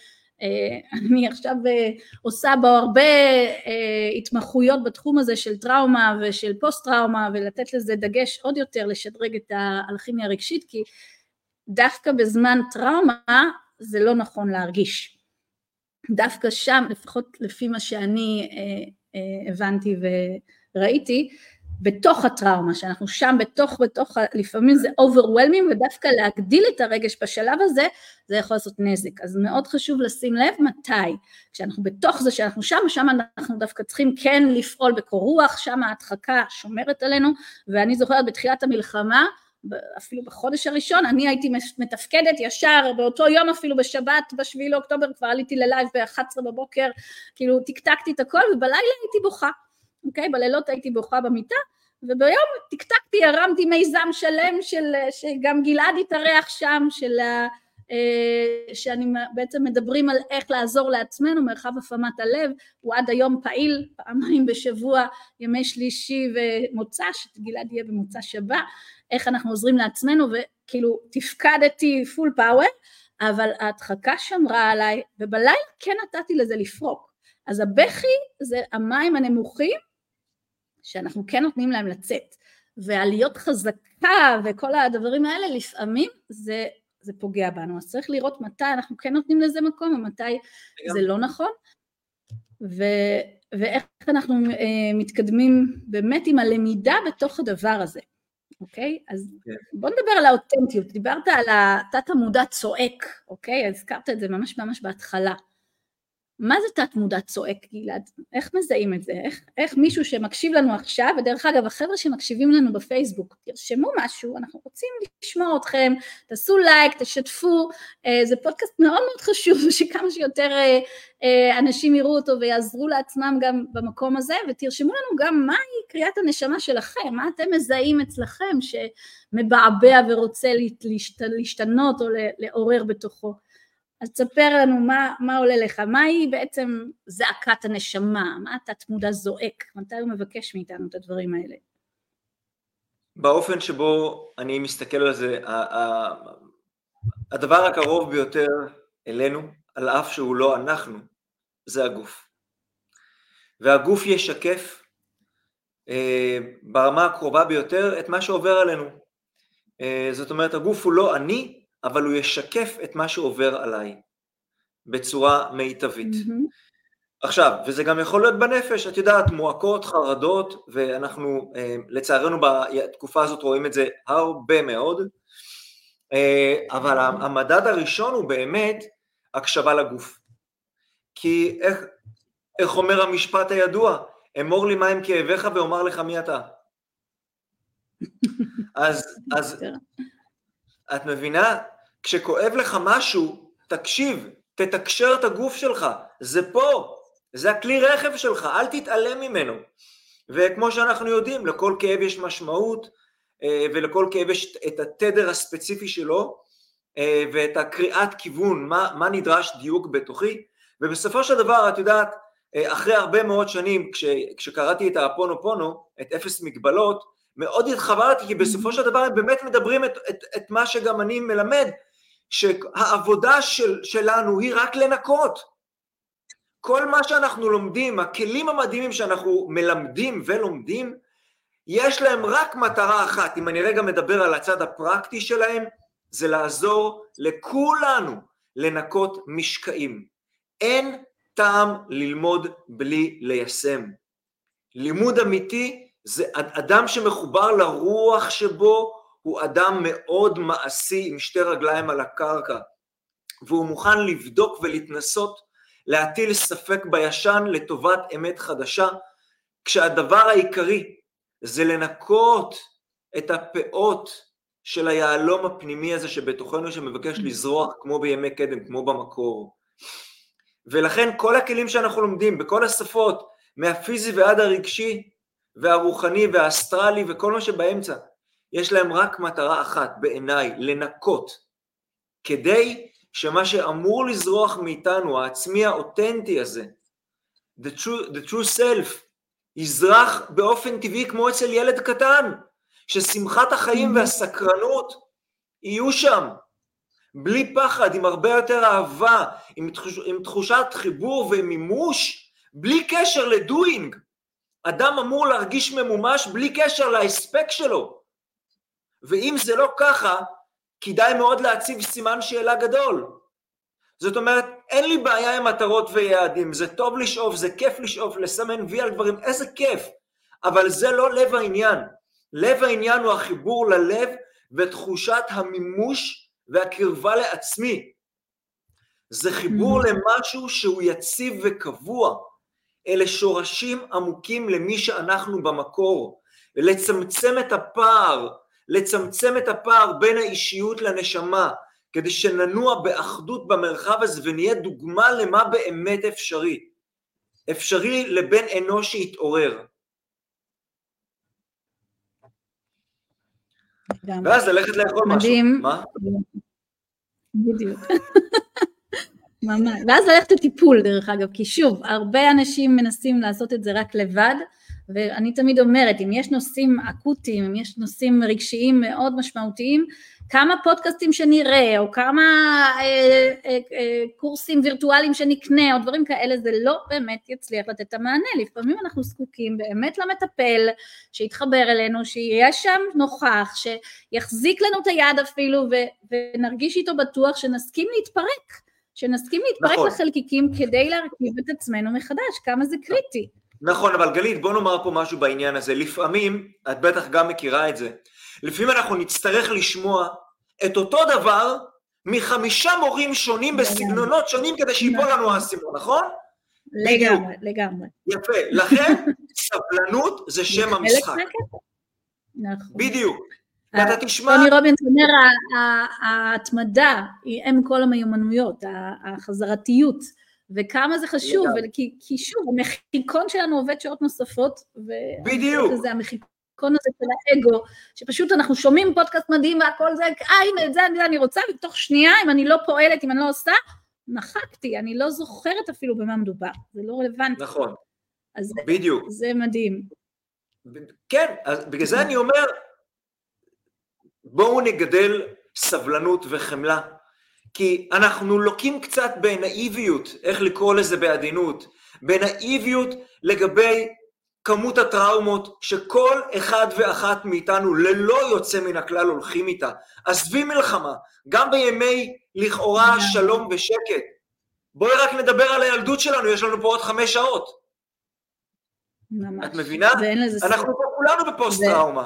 שאני עכשיו עושה בו הרבה התמחויות בתחום הזה של טראומה ושל פוסט טראומה, ולתת לזה דגש עוד יותר לשדרג את האלכימיה הרגשית, כי דווקא בזמן טראומה זה לא נכון להרגיש. דווקא שם, לפחות לפי מה שאני הבנתי וראיתי, בתוך הטראומה, שאנחנו שם בתוך, בתוך, לפעמים זה overwhelming, ודווקא להגדיל את הרגש בשלב הזה, זה יכול לעשות נזק. אז מאוד חשוב לשים לב מתי, כשאנחנו בתוך זה, שאנחנו שם, שם אנחנו דווקא צריכים כן לפעול בקור רוח, שם ההדחקה שומרת עלינו, ואני זוכרת בתחילת המלחמה, אפילו בחודש הראשון, אני הייתי מתפקדת ישר, באותו יום אפילו בשבת, בשביעי לאוקטובר, כבר עליתי ללייב ב-אחת עשרה בבוקר, כאילו תקתקתי את הכל, ובלילה הייתי בוכה. אוקיי, בלילות הייתי בוכה במיטה, וביום תקתקתי, הרמתי מיזם שלם, של, שגם גלעד התארח שם, של, שאני בעצם מדברים על איך לעזור לעצמנו, מרחב הפעמת הלב, הוא עד היום פעיל, פעמיים בשבוע, ימי שלישי ומוצא, שגלעד יהיה במוצא שבה, איך אנחנו עוזרים לעצמנו, וכאילו תפקדתי פול פאוור, אבל ההדחקה שמרה עליי, ובלילה כן נתתי לזה לפרוק. אז הבכי זה המים הנמוכים, שאנחנו כן נותנים להם לצאת, ועליות חזקה וכל הדברים האלה, לפעמים זה, זה פוגע בנו, אז צריך לראות מתי אנחנו כן נותנים לזה מקום, ומתי זה לא נכון, ו, ואיך אנחנו uh, מתקדמים באמת עם הלמידה בתוך הדבר הזה, אוקיי? אז בוא נדבר על האותנטיות, דיברת על התת המודע צועק, אוקיי? הזכרת את זה ממש ממש בהתחלה, מה זה תת מודע צועק, גלעד? איך מזהים את זה? איך, איך מישהו שמקשיב לנו עכשיו, ודרך אגב, החבר'ה שמקשיבים לנו בפייסבוק, תרשמו משהו, אנחנו רוצים לשמוע אתכם, תעשו לייק, תשתפו, זה פודקאסט מאוד מאוד חשוב, שכמה שיותר אנשים יראו אותו ויעזרו לעצמם גם במקום הזה, ותרשמו לנו גם מהי קריאת הנשמה שלכם, מה אתם מזהים אצלכם שמבעבע ורוצה להשתנות או לעורר בתוכו. אז תספר לנו מה, מה עולה לך, מהי בעצם זעקת הנשמה, מה התת מודע זועק, מתי הוא מבקש מאיתנו את הדברים האלה? באופן שבו אני מסתכל על זה, הדבר הקרוב ביותר אלינו, על אף שהוא לא אנחנו, זה הגוף. והגוף ישקף אה, ברמה הקרובה ביותר את מה שעובר עלינו. אה, זאת אומרת, הגוף הוא לא אני, אבל הוא ישקף את מה שעובר עליי, בצורה מיטבית. Mm-hmm. עכשיו, וזה גם יכול להיות בנפש, את יודעת, מועקות, חרדות, ואנחנו לצערנו בתקופה הזאת רואים את זה הרבה מאוד, אבל המדד הראשון הוא באמת הקשבה לגוף. כי איך, איך אומר המשפט הידוע? אמור לי מהם כאביך ואומר לך מי אתה. אז, אז את מבינה? כשכואב לך משהו, תקשיב, תתקשר את הגוף שלך, זה פה, זה הכלי רכב שלך, אל תתעלם ממנו. וכמו שאנחנו יודעים, לכל כאב יש משמעות, ולכל כאב יש את התדר הספציפי שלו, ואת הקריאת כיוון, מה, מה נדרש דיוק בתוכי, ובסופו של דבר, את יודעת, אחרי הרבה מאוד שנים, כש, כשקראתי את הפונו פונו, את אפס מגבלות, מאוד התחברתי, כי בסופו של דבר הם באמת מדברים את, את, את מה שגם אני מלמד, שהעבודה של, שלנו היא רק לנקות. כל מה שאנחנו לומדים, הכלים המדהימים שאנחנו מלמדים ולומדים, יש להם רק מטרה אחת, אם אני רגע מדבר על הצד הפרקטי שלהם, זה לעזור לכולנו לנקות משקעים. אין טעם ללמוד בלי ליישם. לימוד אמיתי זה אדם שמחובר לרוח שבו, הוא אדם מאוד מעשי עם שתי רגליים על הקרקע. והוא מוכן לבדוק ולהתנסות, להטיל ספק בישן לטובת אמת חדשה, כשהדבר העיקרי זה לנקות את הפאות של היעלום הפנימי הזה שבתוכנו שמבקש לזרוח כמו בימי קדם, כמו במקור. ולכן כל הכלים שאנחנו לומדים בכל השפות, מהפיזי ועד הרגשי והרוחני והאסטרלי וכל מה שבאמצע, יש להם רק מטרה אחת בעיניי, לנקות, כדי שמה שאמור לזרוח מאיתנו, העצמי האותנטי הזה, the true, the true self, יזרח באופן טבעי כמו אצל ילד קטן, ששמחת החיים והסקרנות יהיו שם, בלי פחד, עם הרבה יותר אהבה, עם, תחוש, עם תחושת חיבור ומימוש, בלי קשר לדוינג. אדם אמור להרגיש ממומש בלי קשר להספק שלו. ואם זה לא ככה, כדאי מאוד להציב סימן שאלה גדול. זאת אומרת, אין לי בעיה עם מטרות ויעדים, זה טוב לשאוף, זה כיף לשאוף, לסמן וי על דברים, איזה כיף. אבל זה לא לב העניין. לב העניין הוא החיבור ללב ותחושת המימוש והקרבה לעצמי. זה חיבור למשהו שהוא יציב וקבוע. אלה שורשים עמוקים למי שאנחנו במקור. ולצמצם את הפער, לצמצם את הפער בין האישיות לנשמה, כדי שננוע באחדות במרחב הזה ונהיה דוגמה למה באמת אפשרי. אפשרי לבן אנוש שיתעורר. ואז ללכת לאכול משהו. מדהים. מה? בדיוק. ממש. ואז ללכת לטיפול דרך אגב, כי שוב, הרבה אנשים מנסים לעשות את זה רק לבד, ואני תמיד אומרת, אם יש נושאים אקוטיים, אם יש נושאים רגשיים מאוד משמעותיים, כמה פודקאסטים שנראה, או כמה אה, אה, אה, קורסים וירטואליים שנקנה, או דברים כאלה, זה לא באמת יצליח לתת את המענה. לפעמים אנחנו זקוקים באמת למטפל, שיתחבר אלינו, שיהיה שם נוכח, שיחזיק לנו את היד אפילו, ו- ונרגיש איתו בטוח שנסכים להתפרק, שנסכים להתפרק נכון. לחלקיקים, כדי להרכיב את עצמנו מחדש, כמה זה קריטי. נכון, אבל גלית, בוא נאמר פה משהו בעניין הזה. לפעמים, את בטח גם מכירה את זה, לפעמים אנחנו נצטרך לשמוע את אותו דבר מחמישה מורים שונים בסגנונות שונים כדי שיפול לנו האסימון, נכון? לגמרי, לגמרי. יפה, לכן סבלנות זה שם המשחק. נכון. בדיוק. ואתה תשמע... טוני רובינס אומר, ההתמדה היא אם כל המיומנויות, החזרתיות, וכמה זה חשוב, כי שוב, המחיקון שלנו עובד שעות נוספות, בדיוק. וזה המחיקון הזה של האגו, שפשוט אנחנו שומעים פודקאסט מדהים והכל זה, אה, הנה, את זה אני רוצה, ובתוך שנייה, אם אני לא פועלת, אם אני לא עושה, מחקתי, אני לא זוכרת אפילו במה מדובר, זה לא רלוונטי. נכון, אז בדיוק. זה מדהים. כן, אז בגלל זה אני אומר, בואו נגדל סבלנות וחמלה, כי אנחנו לוקים קצת בנאיביות, איך לקרוא לזה בעדינות, בנאיביות לגבי כמות הטראומות שכל אחד ואחת מאיתנו ללא יוצא מן הכלל הולכים איתה. עזבי מלחמה, גם בימי לכאורה שלום ושקט. בואי רק נדבר על הילדות שלנו, יש לנו פה עוד חמש שעות. ממש. את מבינה? אנחנו פה כולנו בפוסט טראומה.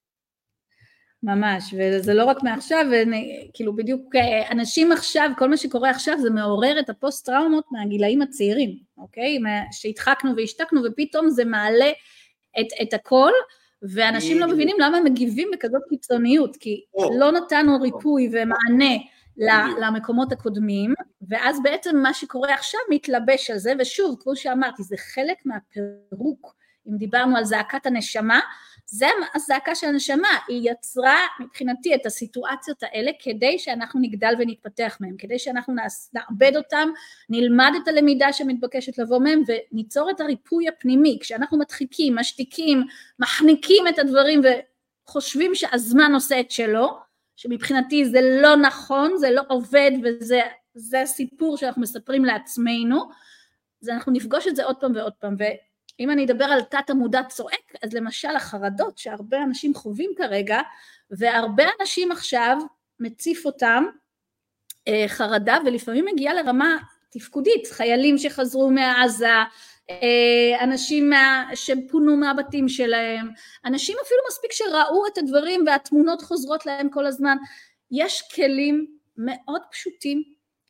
ממש, וזה לא רק מעכשיו, כאילו בדיוק אנשים עכשיו, כל מה שקורה עכשיו זה מעורר את הפוסט טראומות מהגילאים הצעירים, אוקיי? שהתחקנו והשתקנו ופתאום זה מעלה את, את הכל, ואנשים לא מבינים למה הם מגיבים בכזאת קיצוניות, כי לא נתנו ריפוי ומענה למקומות הקודמים, ואז בעצם מה שקורה עכשיו מתלבש על זה, ושוב, כמו שאמרתי, זה חלק מהפירוק, אם דיברנו על זעקת הנשמה, זה הזעקה של הנשמה, היא יצרה מבחינתי את הסיטואציות האלה, כדי שאנחנו נגדל ונתפתח מהם, כדי שאנחנו נעבד אותם, נלמד את הלמידה שמתבקשת לבוא מהם, וניצור את הריפוי הפנימי, כשאנחנו מדחיקים, משתיקים, מחניקים את הדברים, וחושבים שהזמן עושה את שלו, שמבחינתי זה לא נכון, זה לא עובד, וזה זה הסיפור שאנחנו מספרים לעצמנו, אז אנחנו נפגוש את זה עוד פעם ועוד פעם, ו... אם אני אדבר על תת המודע צועק, אז למשל החרדות שהרבה אנשים חווים כרגע, והרבה אנשים עכשיו מציף אותם אה, חרדה, ולפעמים מגיעה לרמה תפקודית, חיילים שחזרו מעזה, אה, אנשים מה, שפונו מהבתים שלהם, אנשים אפילו מספיק שראו את הדברים, והתמונות חוזרות להם כל הזמן, יש כלים מאוד פשוטים,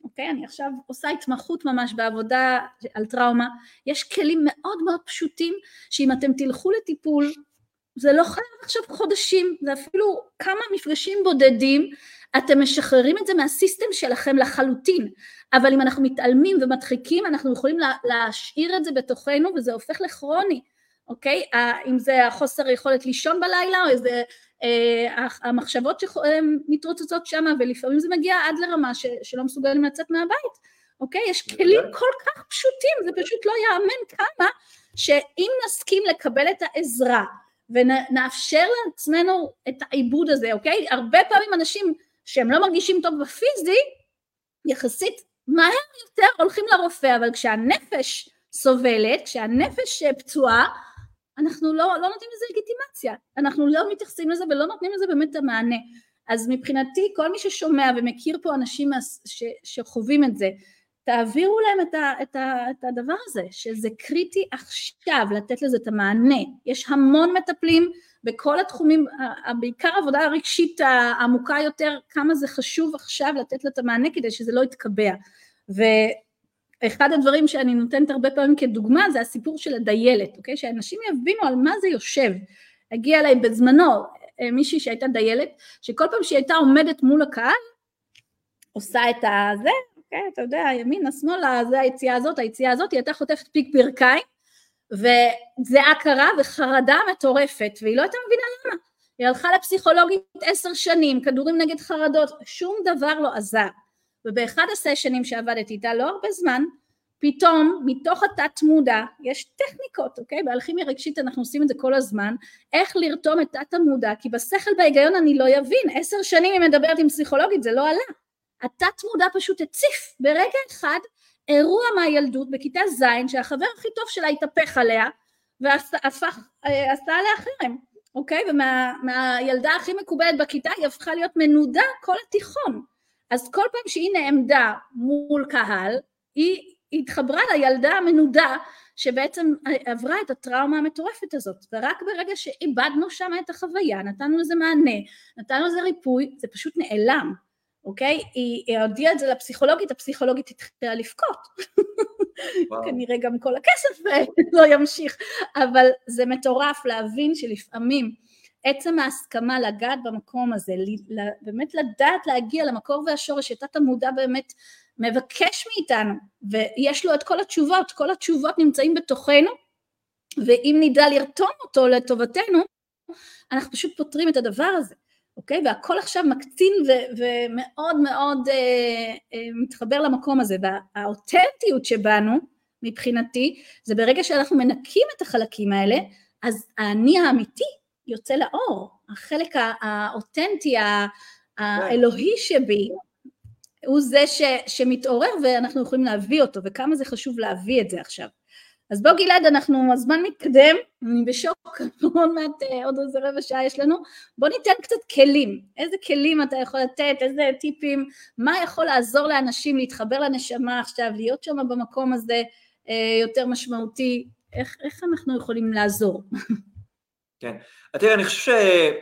אוקיי? אני עכשיו עושה התמחות ממש בעבודה על טראומה, יש כלים מאוד מאוד פשוטים, שאם אתם תלכו לטיפול, זה לא חייב עכשיו חודשים, זה אפילו כמה מפגשים בודדים, אתם משחררים את זה מהסיסטם שלכם לחלוטין, אבל אם אנחנו מתעלמים ומדחיקים, אנחנו יכולים להשאיר את זה בתוכנו, וזה הופך לכרוני, אוקיי? אם זה החוסר יכולת לישון בלילה, או איזה אה, המחשבות שמתרוצצות שם, ולפעמים זה מגיע עד לרמה ש, שלא מסוגלים לצאת מהבית, אוקיי? יש כלים כל כך פשוטים, זה פשוט לא יאמן כמה, שאם נסכים לקבל את העזרה, ונאפשר לעצמנו את העיבוד הזה, אוקיי? הרבה פעמים אנשים שהם לא מרגישים טוב בפיזי, יחסית מהר יותר הולכים לרופא, אבל כשהנפש סובלת, כשהנפש פצועה, אנחנו לא, לא נותנים לזה לגיטימציה, אנחנו לא מתייחסים לזה ולא נותנים לזה באמת המענה. אז מבחינתי, כל מי ששומע ומכיר פה אנשים ש, שחווים את זה, תעבירו להם את, ה, את, ה, את הדבר הזה, שזה קריטי עכשיו לתת לזה את המענה. יש המון מטפלים בכל התחומים, בעיקר עבודה הרגשית העמוקה יותר, כמה זה חשוב עכשיו לתת לה את המענה כדי שזה לא יתקבע. ואחד הדברים שאני נותנת הרבה פעמים כדוגמה, זה הסיפור של הדיילת, אוקיי? שאנשים יבינו על מה זה יושב. הגיע אליי בזמנו מישהי שהייתה דיילת, שכל פעם שהיא הייתה עומדת מול הקהל, עושה את הזה, אוקיי, אתה יודע, ימין, השמאל, זה היציאה הזאת, היציאה הזאת, היא הייתה חוטפת פיק ברכיים, וזה הכרה וחרדה מטורפת, והיא לא הייתה מבינה למה. היא הלכה לפסיכולוגית עשר שנים, כדורים נגד חרדות, שום דבר לא עזר. ובאחד הסשנים שעבדתי איתה, לא הרבה זמן, פתאום מתוך התת מודע, יש טכניקות, אוקיי? באלכימיה רגשית אנחנו עושים את זה כל הזמן, איך לרתום את תת המודע, כי בשכל בהיגיון אני לא יבין, עשר שנים היא מדברת עם פסיכולוגית, זה לא עלה. התת מודע פשוט הציף ברגע אחד אירוע מהילדות בכיתה זין שהחבר הכי טוב שלה התהפך עליה ועשה עליה חרם, אוקיי? ומהילדה הכי מקובלת בכיתה היא הפכה להיות מנודה כל התיכון. אז כל פעם שהיא נעמדה מול קהל, היא התחברה לילדה המנודה שבעצם עברה את הטראומה המטורפת הזאת, ורק ברגע שאיבדנו שם את החוויה, נתנו לזה מענה, נתנו לזה ריפוי, זה פשוט נעלם. אוקיי? היא הודיעה את זה לפסיכולוגית, הפסיכולוגית התחילה לבכות. כנראה גם כל הכסף לא ימשיך, אבל זה מטורף להבין שלפעמים עצם ההסכמה לגעת במקום הזה, באמת לדעת להגיע למקור והשורש, שתת המודע באמת מבקש מאיתנו, ויש לו את כל התשובות, כל התשובות נמצאים בתוכנו, ואם נדע לרתום אותו לטובתנו, אנחנו פשוט פותרים את הדבר הזה. אוקיי? והכל עכשיו מקצין ו- ומאוד מאוד אה, אה, מתחבר למקום הזה, והאותנטיות שבנו, מבחינתי, זה ברגע שאנחנו מנקים את החלקים האלה, אז האני האמיתי יוצא לאור, החלק האותנטי, האלוהי שבי, הוא זה ש- שמתעורר ואנחנו יכולים להביא אותו, וכמה זה חשוב להביא את זה עכשיו. אז בוא גלעד, אנחנו, הזמן מתקדם, אני בשוק, עוד מעט, עוד איזה רבע שעה יש לנו, בוא ניתן קצת כלים, איזה כלים אתה יכול לתת, איזה טיפים, מה יכול לעזור לאנשים להתחבר לנשמה עכשיו, להיות שם במקום הזה יותר משמעותי, איך, איך אנחנו יכולים לעזור? כן, תראה, אני חושב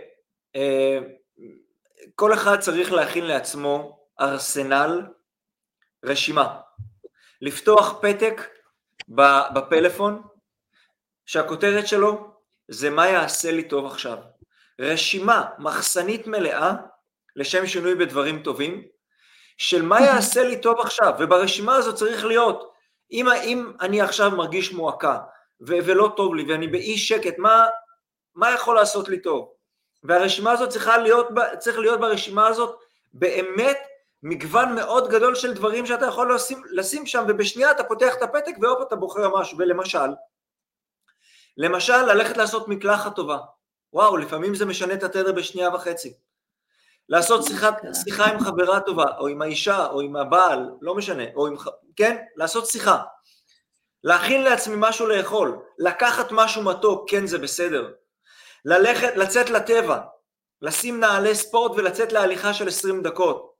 שכל אחד צריך להכין לעצמו ארסנל רשימה, לפתוח פתק, בפלאפון, שהכותרת שלו זה מה יעשה לי טוב עכשיו. רשימה מחסנית מלאה, לשם שינוי בדברים טובים, של מה יעשה לי טוב עכשיו, וברשימה הזאת צריך להיות, אם, אם אני עכשיו מרגיש מועקה, ו- ולא טוב לי, ואני באי שקט, מה, מה יכול לעשות לי טוב? והרשימה הזאת צריכה להיות, צריך להיות ברשימה הזאת, באמת, מגוון מאוד גדול של דברים שאתה יכול לשים, לשים שם, ובשנייה אתה פותח את הפתק ואופ אתה בוחר משהו, ולמשל, למשל ללכת לעשות מקלחת טובה, וואו, לפעמים זה משנה את התדר בשנייה וחצי, לעשות שיחה, שיחה עם חברה טובה, או עם האישה, או עם הבעל, לא משנה, או עם, כן, לעשות שיחה, להכין לעצמי משהו לאכול, לקחת משהו מתוק, כן זה בסדר, ללכת, לצאת לטבע, לשים נעלי ספורט ולצאת להליכה של עשרים דקות,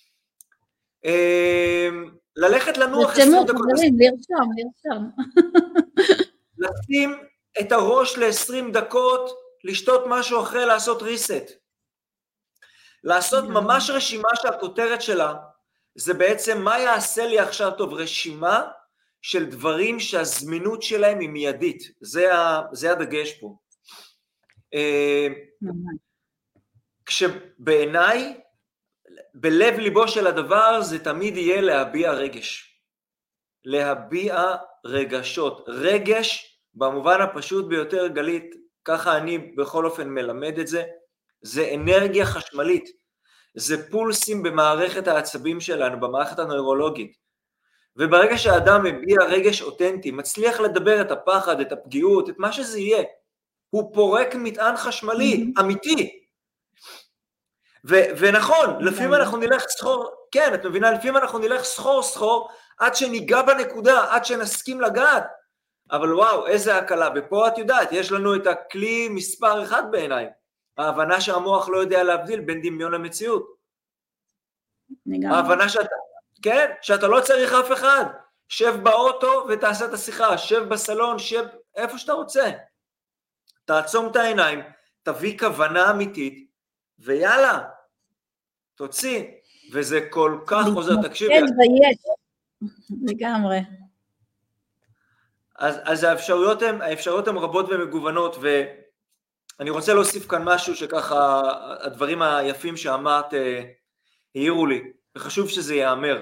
ללכת לנוח עשרים דקות, לרשום, לרשום. לשים את הראש ל-עשרים דקות, לשתות משהו אחרי, לעשות ריסט, לעשות ממש רשימה שהכותרת שלה, זה בעצם מה יעשה לי עכשיו טוב, רשימה של דברים שהזמינות שלהם היא מיידית, זה, ה, זה הדגש פה. כשבעיניי, בלב ליבו של הדבר זה תמיד יהיה להביע רגש, להביע רגשות, רגש במובן הפשוט ביותר גלית, ככה אני בכל אופן מלמד את זה, זה אנרגיה חשמלית, זה פולסים במערכת העצבים שלנו, במערכת הנוירולוגית, וברגע שהאדם מביע רגש אותנטי, מצליח לדבר את הפחד, את הפגיעות, את מה שזה יהיה, הוא פורק מטען חשמלי, אמיתי, ו- ונכון, לפעמים אנחנו נלך סחור, כן, את מבינה, לפעמים אנחנו נלך סחור סחור, עד שניגע בנקודה, עד שנסכים לגעת, אבל וואו, איזה הקלה, ופה את יודעת, יש לנו את הכלי מספר אחד בעיניי, ההבנה שהמוח לא יודע להבדיל בין דמיון למציאות. ההבנה שאתה, כן, שאתה לא צריך אף אחד, שב באוטו ותעשה את השיחה, שב בסלון, שב איפה שאתה רוצה, תעצום את העיניים, תביא כוונה אמיתית, ויאללה, תוציא, וזה כל כך חוזר, תקשיבי. כן, ויש, לגמרי. אז, אז האפשרויות הן, האפשרויות הן רבות ומגוונות, ואני רוצה להוסיף כאן משהו שככה, הדברים היפים שאמרת, העירו לי, וחשוב שזה ייאמר.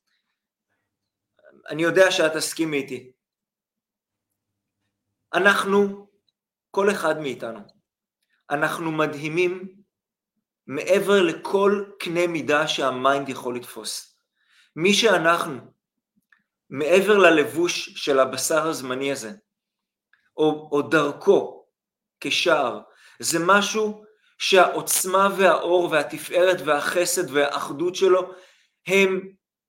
אני יודע שאת תסכימי איתי. אנחנו, כל אחד מאיתנו, אנחנו מדהימים מעבר לכל קנה מידה שהמיינד יכול לתפוס. מי שאנחנו, מעבר ללבוש של הבשר הזמני הזה, או, או דרכו כשער, זה משהו שהעוצמה והאור והתפארת והחסד והאחדות שלו, הם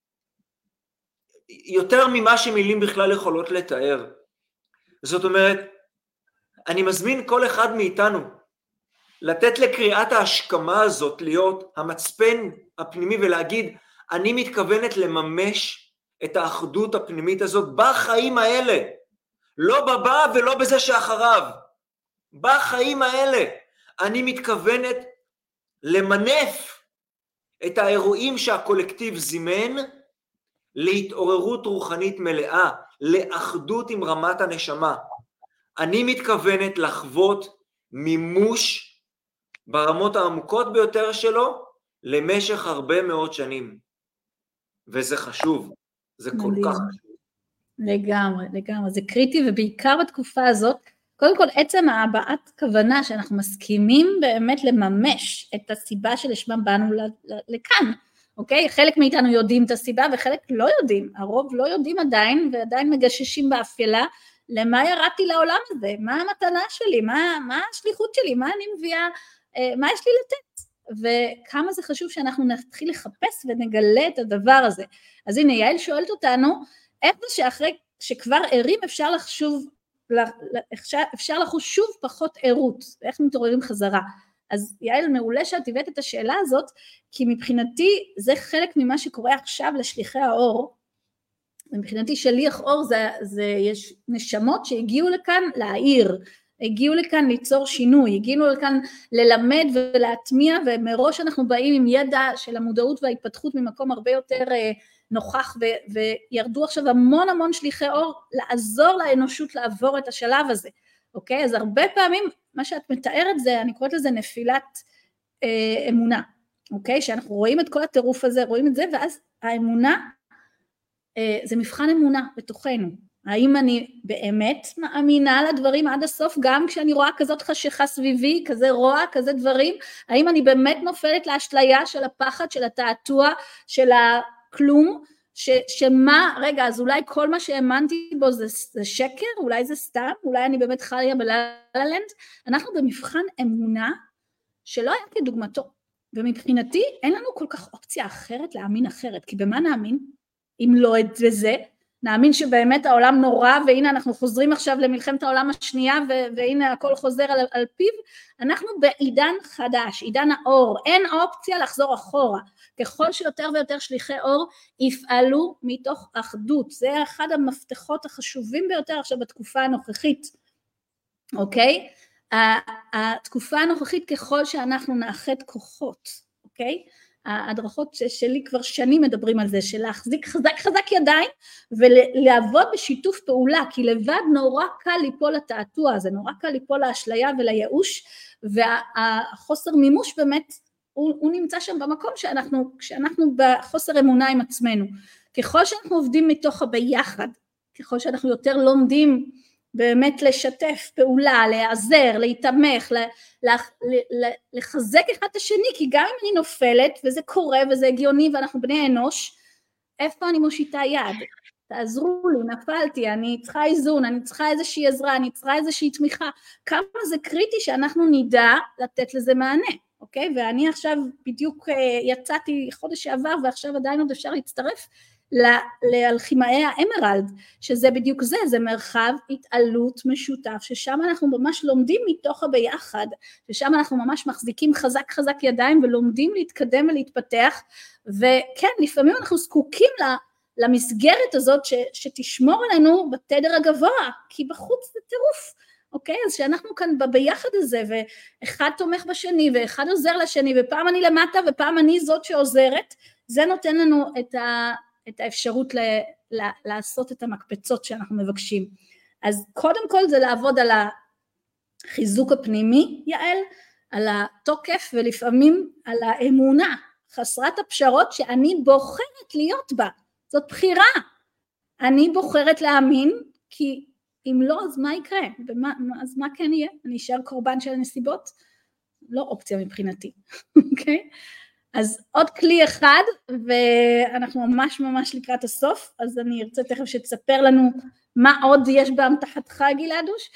יותר ממה שמילים בכלל יכולות לתאר. זאת אומרת, אני מזמין כל אחד מאיתנו, לתת לקריאת ההשכמה הזאת להיות המצפן הפנימי ולהגיד, אני מתכוונת לממש את האחדות הפנימית הזאת בחיים האלה, לא בבא ולא בזה שאחריו, בחיים האלה אני מתכוונת למנף את האירועים שהקולקטיב זימן להתעוררות רוחנית מלאה, לאחדות עם רמת הנשמה. אני מתכוונת לחוות מימוש ברמות העמוקות ביותר שלו למשך הרבה מאוד שנים. וזה חשוב, זה כל כך חשוב. לגמרי, לגמרי, זה קריטי, ובעיקר בתקופה הזאת, קודם כל עצם ההבעת כוונה שאנחנו מסכימים באמת לממש את הסיבה שלשמם באנו לכאן, אוקיי? חלק מאיתנו יודעים את הסיבה וחלק לא יודעים, הרוב לא יודעים עדיין ועדיין מגששים באפלה, למה ירדתי לעולם הזה, מה המתנה שלי, מה, מה השליחות שלי, מה אני מביאה, מה יש לי לתת, וכמה זה חשוב שאנחנו נתחיל לחפש ונגלה את הדבר הזה. אז הנה יעל שואלת אותנו, איך זה שאחרי שכבר ערים אפשר לחשוב, אפשר, אפשר לחוש שוב פחות ערות, איך מתעוררים חזרה. אז יעל, מעולה שאת הבאת את השאלה הזאת, כי מבחינתי זה חלק ממה שקורה עכשיו לשליחי האור, מבחינתי שליח אור זה, זה יש נשמות שהגיעו לכאן להעיר, הגיעו לכאן ליצור שינוי, הגיעו לכאן ללמד ולהטמיע, ומראש אנחנו באים עם ידע של המודעות וההתפתחות ממקום הרבה יותר נוכח, ו- וירדו עכשיו המון המון שליחי אור לעזור לאנושות לעבור את השלב הזה, אוקיי? אז הרבה פעמים מה שאת מתארת זה, אני קוראת לזה נפילת אה, אמונה, אוקיי? שאנחנו רואים את כל הטירוף הזה, רואים את זה, ואז האמונה, אה, זה מבחן אמונה בתוכנו, האם אני באמת מאמינה לדברים עד הסוף, גם כשאני רואה כזאת חשיכה סביבי, כזה רוע, כזה דברים, האם אני באמת נופלת לאשליה של הפחד, של התעתוע, של הכלום, ש, שמה, רגע, אז אולי כל מה שהאמנתי בו זה, זה שקר, אולי זה סתם, אולי אני באמת חיה בלה-לה-לנד, אנחנו במבחן אמונה שלא היה כדוגמתו, ומבחינתי אין לנו כל כך אופציה אחרת להאמין אחרת, כי במה נאמין? אם לא את זה, נאמין שבאמת העולם נורא, והנה אנחנו חוזרים עכשיו למלחמת העולם השנייה, והנה הכל חוזר על, על פיו, אנחנו בעידן חדש, עידן האור, אין אופציה לחזור אחורה, ככל שיותר ויותר שליחי אור יפעלו מתוך אחדות, זה אחד המפתחות החשובים ביותר עכשיו בתקופה הנוכחית, אוקיי? התקופה הנוכחית ככל שאנחנו נאחד כוחות, אוקיי? ההדרכות שלי כבר שנים מדברים על זה, של להחזיק חזק חזק ידיים, ולעבוד בשיתוף פעולה, כי לבד נורא קל ליפול לתעתוע הזה, נורא קל ליפול לאשליה ולייאוש, והחוסר מימוש באמת, הוא, הוא נמצא שם במקום שאנחנו, כשאנחנו בחוסר אמונה עם עצמנו. ככל שאנחנו עובדים מתוך הביחד, ככל שאנחנו יותר לומדים באמת לשתף פעולה, להיעזר, להתמך, לחזק אחד את השני, כי גם אם אני נופלת, וזה קורה וזה הגיוני ואנחנו בני אנוש, איפה אני מושיטה יד? תעזרו לי, נפלתי, אני צריכה איזון, אני צריכה איזושהי עזרה, אני צריכה איזושהי תמיכה, כמה זה קריטי שאנחנו נדע לתת לזה מענה, אוקיי? ואני עכשיו בדיוק יצאתי חודש שעבר, ועכשיו עדיין עוד אפשר להצטרף, לאלכימאי האמרלד, שזה בדיוק זה, זה מרחב התעלות משותף, ששם אנחנו ממש לומדים מתוך הביחד, ששם אנחנו ממש מחזיקים חזק חזק ידיים, ולומדים להתקדם ולהתפתח, וכן, לפעמים אנחנו זקוקים למסגרת הזאת, ש, שתשמור עלינו בתדר הגבוה, כי בחוץ זה טירוף, אוקיי? אז שאנחנו כאן ביחד הזה, ואחד תומך בשני, ואחד עוזר לשני, ופעם אני למטה, ופעם אני זאת שעוזרת, זה נותן לנו את ה... את האפשרות ל, ל, לעשות את המקפצות שאנחנו מבקשים. אז קודם כל זה לעבוד על החיזוק הפנימי, יעל, על התוקף ולפעמים על האמונה, חסרת הפשרות שאני בוחרת להיות בה, זאת בחירה. אני בוחרת להאמין, כי אם לא, אז מה יקרה? ומה, אז מה כן יהיה? אני אשאר קורבן של הנסיבות? לא אופציה מבחינתי, אוקיי? אז עוד כלי אחד, ואנחנו ממש ממש לקראת הסוף, אז אני ארצה תכף שתספר לנו מה עוד יש באמתחתך, גלעדוש.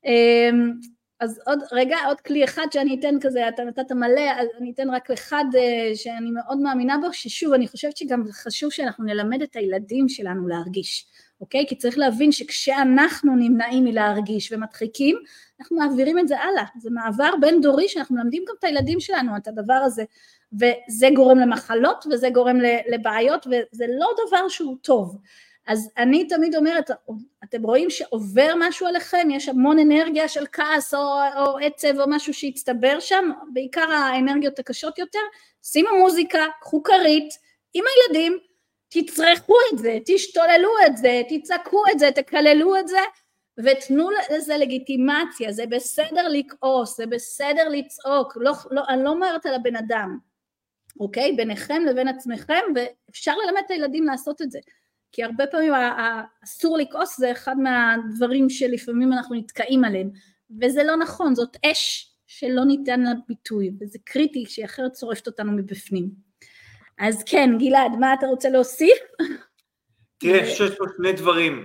אז עוד רגע, עוד כלי אחד שאני אתן כזה, אתה נתת מלא, אז אני אתן רק אחד שאני מאוד מאמינה בו, ששוב, אני חושבת שגם חשוב שאנחנו נלמד את הילדים שלנו להרגיש, אוקיי? כי צריך להבין שכשאנחנו נמנעים מלהרגיש ומדחיקים, אנחנו מעבירים את זה הלאה, זה מעבר בין דורי שאנחנו מלמדים גם את הילדים שלנו, את הדבר הזה, וזה גורם למחלות, וזה גורם לבעיות, וזה לא דבר שהוא טוב. אז אני תמיד אומרת, אתם רואים שעובר משהו עליכם, יש המון אנרגיה של כעס או, או עצב או משהו שהצטבר שם, בעיקר האנרגיות הקשות יותר, שימו מוזיקה, קחו כרית, עם הילדים, תצרכו את זה, תשתוללו את זה, תצעקו את זה, תקללו את זה, ותנו לזה לגיטימציה, זה בסדר לכעוס, זה בסדר לצעוק, לא, לא, אני לא אומרת על הבן אדם, אוקיי? ביניכם לבין עצמכם, ואפשר ללמד את הילדים לעשות את זה, כי הרבה פעמים אסור לכעוס, זה אחד מהדברים שלפעמים אנחנו נתקעים עליהם, וזה לא נכון, זאת אש שלא ניתן לה ביטוי, וזה קריטי שאחרת צורפת אותנו מבפנים. אז כן, גלעד, מה אתה רוצה להוסיף? תראה, יש פה שני דברים,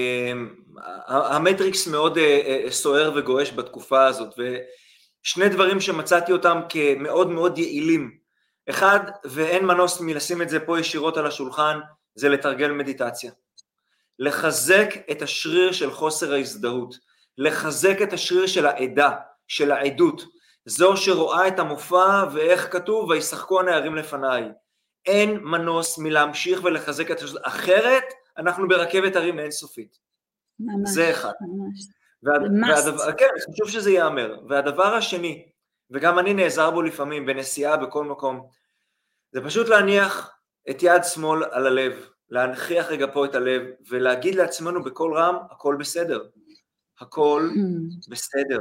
המטריקס מאוד סוער וגועש בתקופה הזאת, ושני דברים שמצאתי אותם כמאוד מאוד יעילים, אחד, ואין מנוס מלשים את זה פה ישירות על השולחן, זה לתרגל מדיטציה, לחזק את השריר של חוסר ההזדהות, לחזק את השריר של העדה, של העדות, זו שרואה את המופע ואיך כתוב, וישחקו הנערים לפניי, אין מנוס מלהמשיך ולחזק את השריר, אחרת אנחנו ברכבת הרים אינסופית, ממש, זה אחד, ממש. והד... והדבר... כן, חשוב שזה ייאמר, והדבר השני, וגם אני נעזר בו לפעמים, בנסיעה בכל מקום, זה פשוט להניח את יד שמאל על הלב, להנחיח רגע פה את הלב, ולהגיד לעצמנו בכל רם, הכל בסדר, הכל בסדר,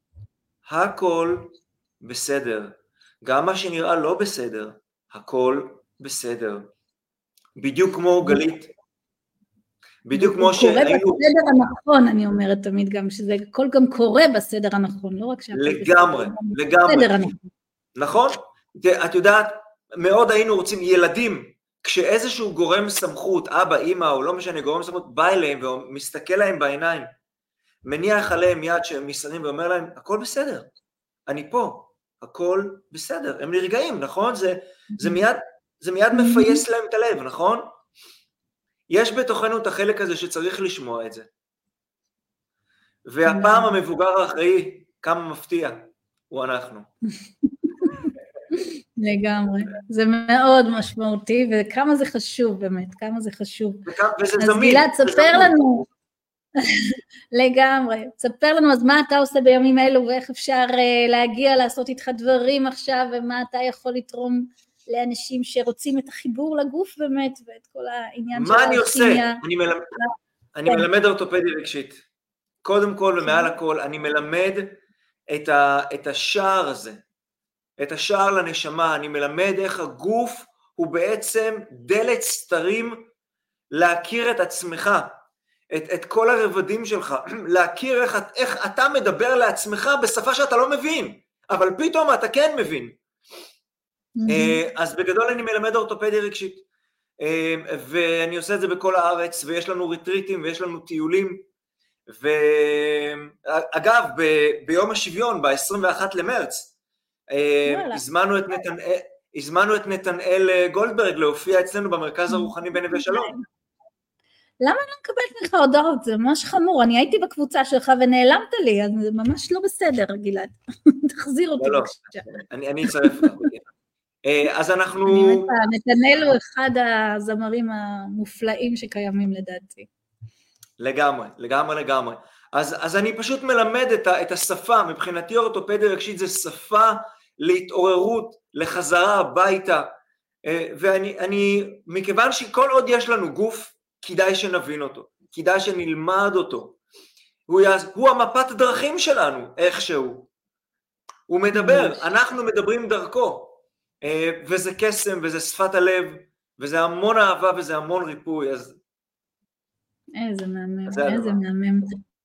הכל בסדר, גם מה שנראה לא בסדר, הכל בסדר, בדיוק כמו גלית, בדיוק כמו שהיינו... קורה בסדר הנכון, אני אומרת תמיד גם, שזה הכל גם קורה בסדר הנכון, לא רק שהכל לגמרי, לגמרי, נכון? את יודעת, מאוד היינו רוצים ילדים, כשאיזשהו גורם סמכות, אבא, אמא, או לא משנה, גורם סמכות, בא אליהם ומסתכל להם בעיניים, מניח עליהם יד שהם מסתנים ואומר להם, הכל בסדר, אני פה, הכל בסדר, הם נרגעים, נכון? זה, זה מיד, זה מיד מפייס להם את הלב, נכון? יש בתוכנו את החלק הזה שצריך לשמוע את זה. והפעם המבוגר האחראי, כמה מפתיע, הוא אנחנו. לגמרי, זה מאוד משמעותי, וכמה זה חשוב באמת, כמה זה חשוב. וזה אז זמין. גלעד, ספר לנו, לגמרי, ספר לנו אז מה אתה עושה בימים אלו, ואיך אפשר להגיע לעשות איתך דברים עכשיו, ומה אתה יכול לתרום לאנשים שרוצים את החיבור לגוף באמת, ואת כל העניין של מה אני עושה? אני מלמד, אני מלמד אורתופדיה רגשית. קודם כל ומעל הכל, אני מלמד את, ה, את השער הזה, את השער לנשמה, אני מלמד איך הגוף הוא בעצם דלת סתרים להכיר את עצמך, את, את כל הרבדים שלך, להכיר איך, איך אתה מדבר לעצמך בשפה שאתה לא מבין, אבל פתאום אתה כן מבין. Mm-hmm. אז בגדול אני מלמד אורתופדיה רגשית, ואני עושה את זה בכל הארץ, ויש לנו ריטריטים ויש לנו טיולים, ואגב, ב- ביום השוויון, ב-עשרים ואחד למרץ, הזמנו את נתנאל, הזמנו את נתנאל גולדברג להופיע אצלנו במרכז הרוחני בנווה שלום. למה אני לא מקבלת לך הודעות? זה ממש חמור, אני הייתי בקבוצה שלך ונעלמת לי, אז זה ממש לא בסדר, גלעד. תחזיר אותי. לא, לא, אני אצרף לך. אז אנחנו... נתנאל הוא אחד הזמרים המופלאים שקיימים לדעתי. לגמרי, לגמרי, לגמרי. אז, אז אני פשוט מלמד את, ה, את השפה, מבחינתי אורתופדיה רגשית זה שפה להתעוררות, לחזרה הביתה, ואני, אני, מכיוון שכל עוד יש לנו גוף, כדאי שנבין אותו, כדאי שנלמד אותו, הוא, הוא המפת דרכים שלנו, איכשהו, הוא מדבר, אנחנו מדברים דרכו, וזה קסם, וזה שפת הלב, וזה המון אהבה, וזה המון ריפוי, אז... איזה מהמם, איזה מהמם.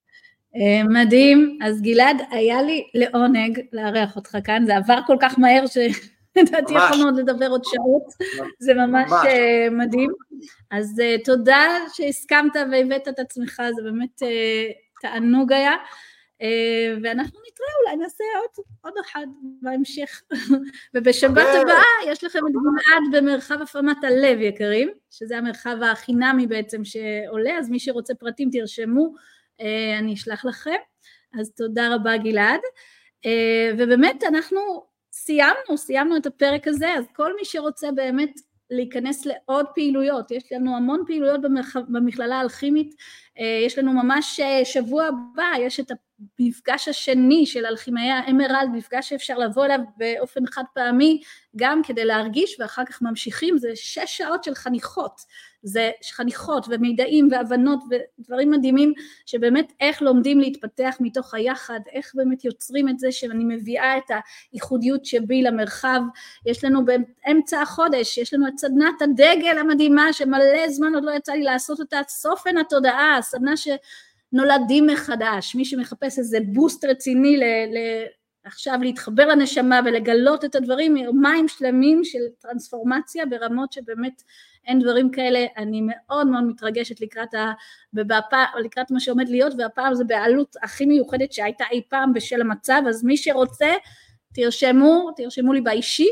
מדהים, אז גלעד, היה לי לעונג לארח אותך כאן, זה עבר כל כך מהר שדעתי יכולנו עוד לדבר עוד שעות, זה ממש מדהים, אז תודה שהסכמת והבאת את עצמך, זה באמת תענוג היה, ואנחנו נתראה, אולי נעשה עוד, עוד אחד בהמשך, ובשבת הבאה יש לכם את גלעד במרחב הפעמת הלב יקרים, שזה המרחב החינמי בעצם שעולה, אז מי שרוצה פרטים תרשמו, אני אשלח לכם, אז תודה רבה גלעד, ובאמת אנחנו סיימנו, סיימנו את הפרק הזה, אז כל מי שרוצה באמת להיכנס לעוד פעילויות, יש לנו המון פעילויות במרחב, במכללה האלכימית, יש לנו ממש שבוע הבא, יש את המפגש השני של אלכימאי האמרלד, מפגש שאפשר לבוא אליו באופן חד פעמי, גם כדי להרגיש, ואחר כך ממשיכים, זה שש שעות של חניכות, זה חניכות ומידעים והבנות ודברים מדהימים, שבאמת איך לומדים להתפתח מתוך היחד, איך באמת יוצרים את זה, שאני מביאה את הייחודיות שבי למרחב, יש לנו באמצע החודש, יש לנו את סדנת הדגל המדהימה, שמלא זמן עוד לא יצא לי לעשות אותה, סופן התודעה, סדנה שנולדים מחדש, מי שמחפש איזה בוסט רציני ל... ל עכשיו להתחבר לנשמה ולגלות את הדברים, מים שלמים של טרנספורמציה ברמות שבאמת אין דברים כאלה, אני מאוד מאוד מתרגשת לקראת, ה, בפע, לקראת מה שעומד להיות, והפעם זה בעלות הכי מיוחדת שהייתה אי פעם בשל המצב, אז מי שרוצה תרשמו, תרשמו לי באישי,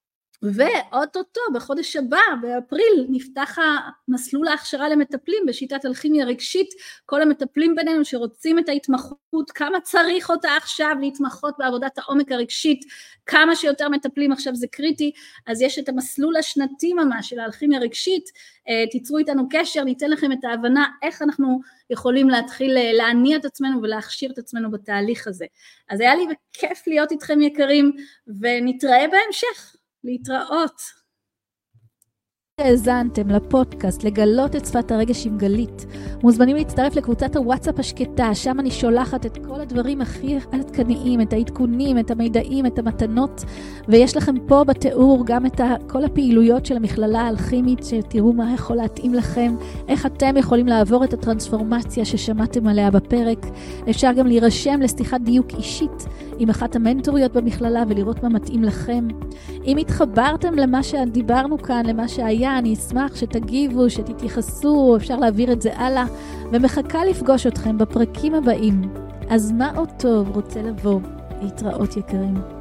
ואוטוטו בחודש הבא, באפריל, נפתח המסלול ההכשרה למטפלים בשיטת אלכימיה רגשית, כל המטפלים בינינו שרוצים את ההתמחות, כמה צריך אותה עכשיו להתמחות בעבודת העומק הרגשית, כמה שיותר מטפלים עכשיו זה קריטי, אז יש את המסלול השנתי ממש של האלכימיה רגשית, תיצרו איתנו קשר, ניתן לכם את ההבנה איך אנחנו יכולים להתחיל להניע את עצמנו ולהכשיר את עצמנו בתהליך הזה. אז היה לי בכיף להיות איתכם יקרים, ונתראה בהמשך. להתראות. האזנתם לפודקאסט לגלות את שפת הרגש עם גלית. מוזמנים להצטרף לקבוצת הוואטסאפ השקטה, שם אני שולחת את כל הדברים הכי עדכניים, את העדכונים, את המידעים, את המתנות, ויש לכם פה בתיאור גם את כל הפעילויות של המכללה האלכימית, שתראו מה יכול להתאים לכם, איך אתם יכולים לעבור את הטרנספורמציה ששמעתם עליה בפרק. אפשר גם להירשם לשיחת דיוק אישית עם אחת המנטוריות במכללה ולראות מה מתאים לכם. אם התחברתם למה שדיברנו כאן, למה שהיה, אני אשמח שתגיבו, שתתייחסו, אפשר להעביר את זה הלאה, ומחכה לפגוש אתכם בפרקים הבאים. אז מה עוד טוב רוצה לבוא? להתראות יקרים.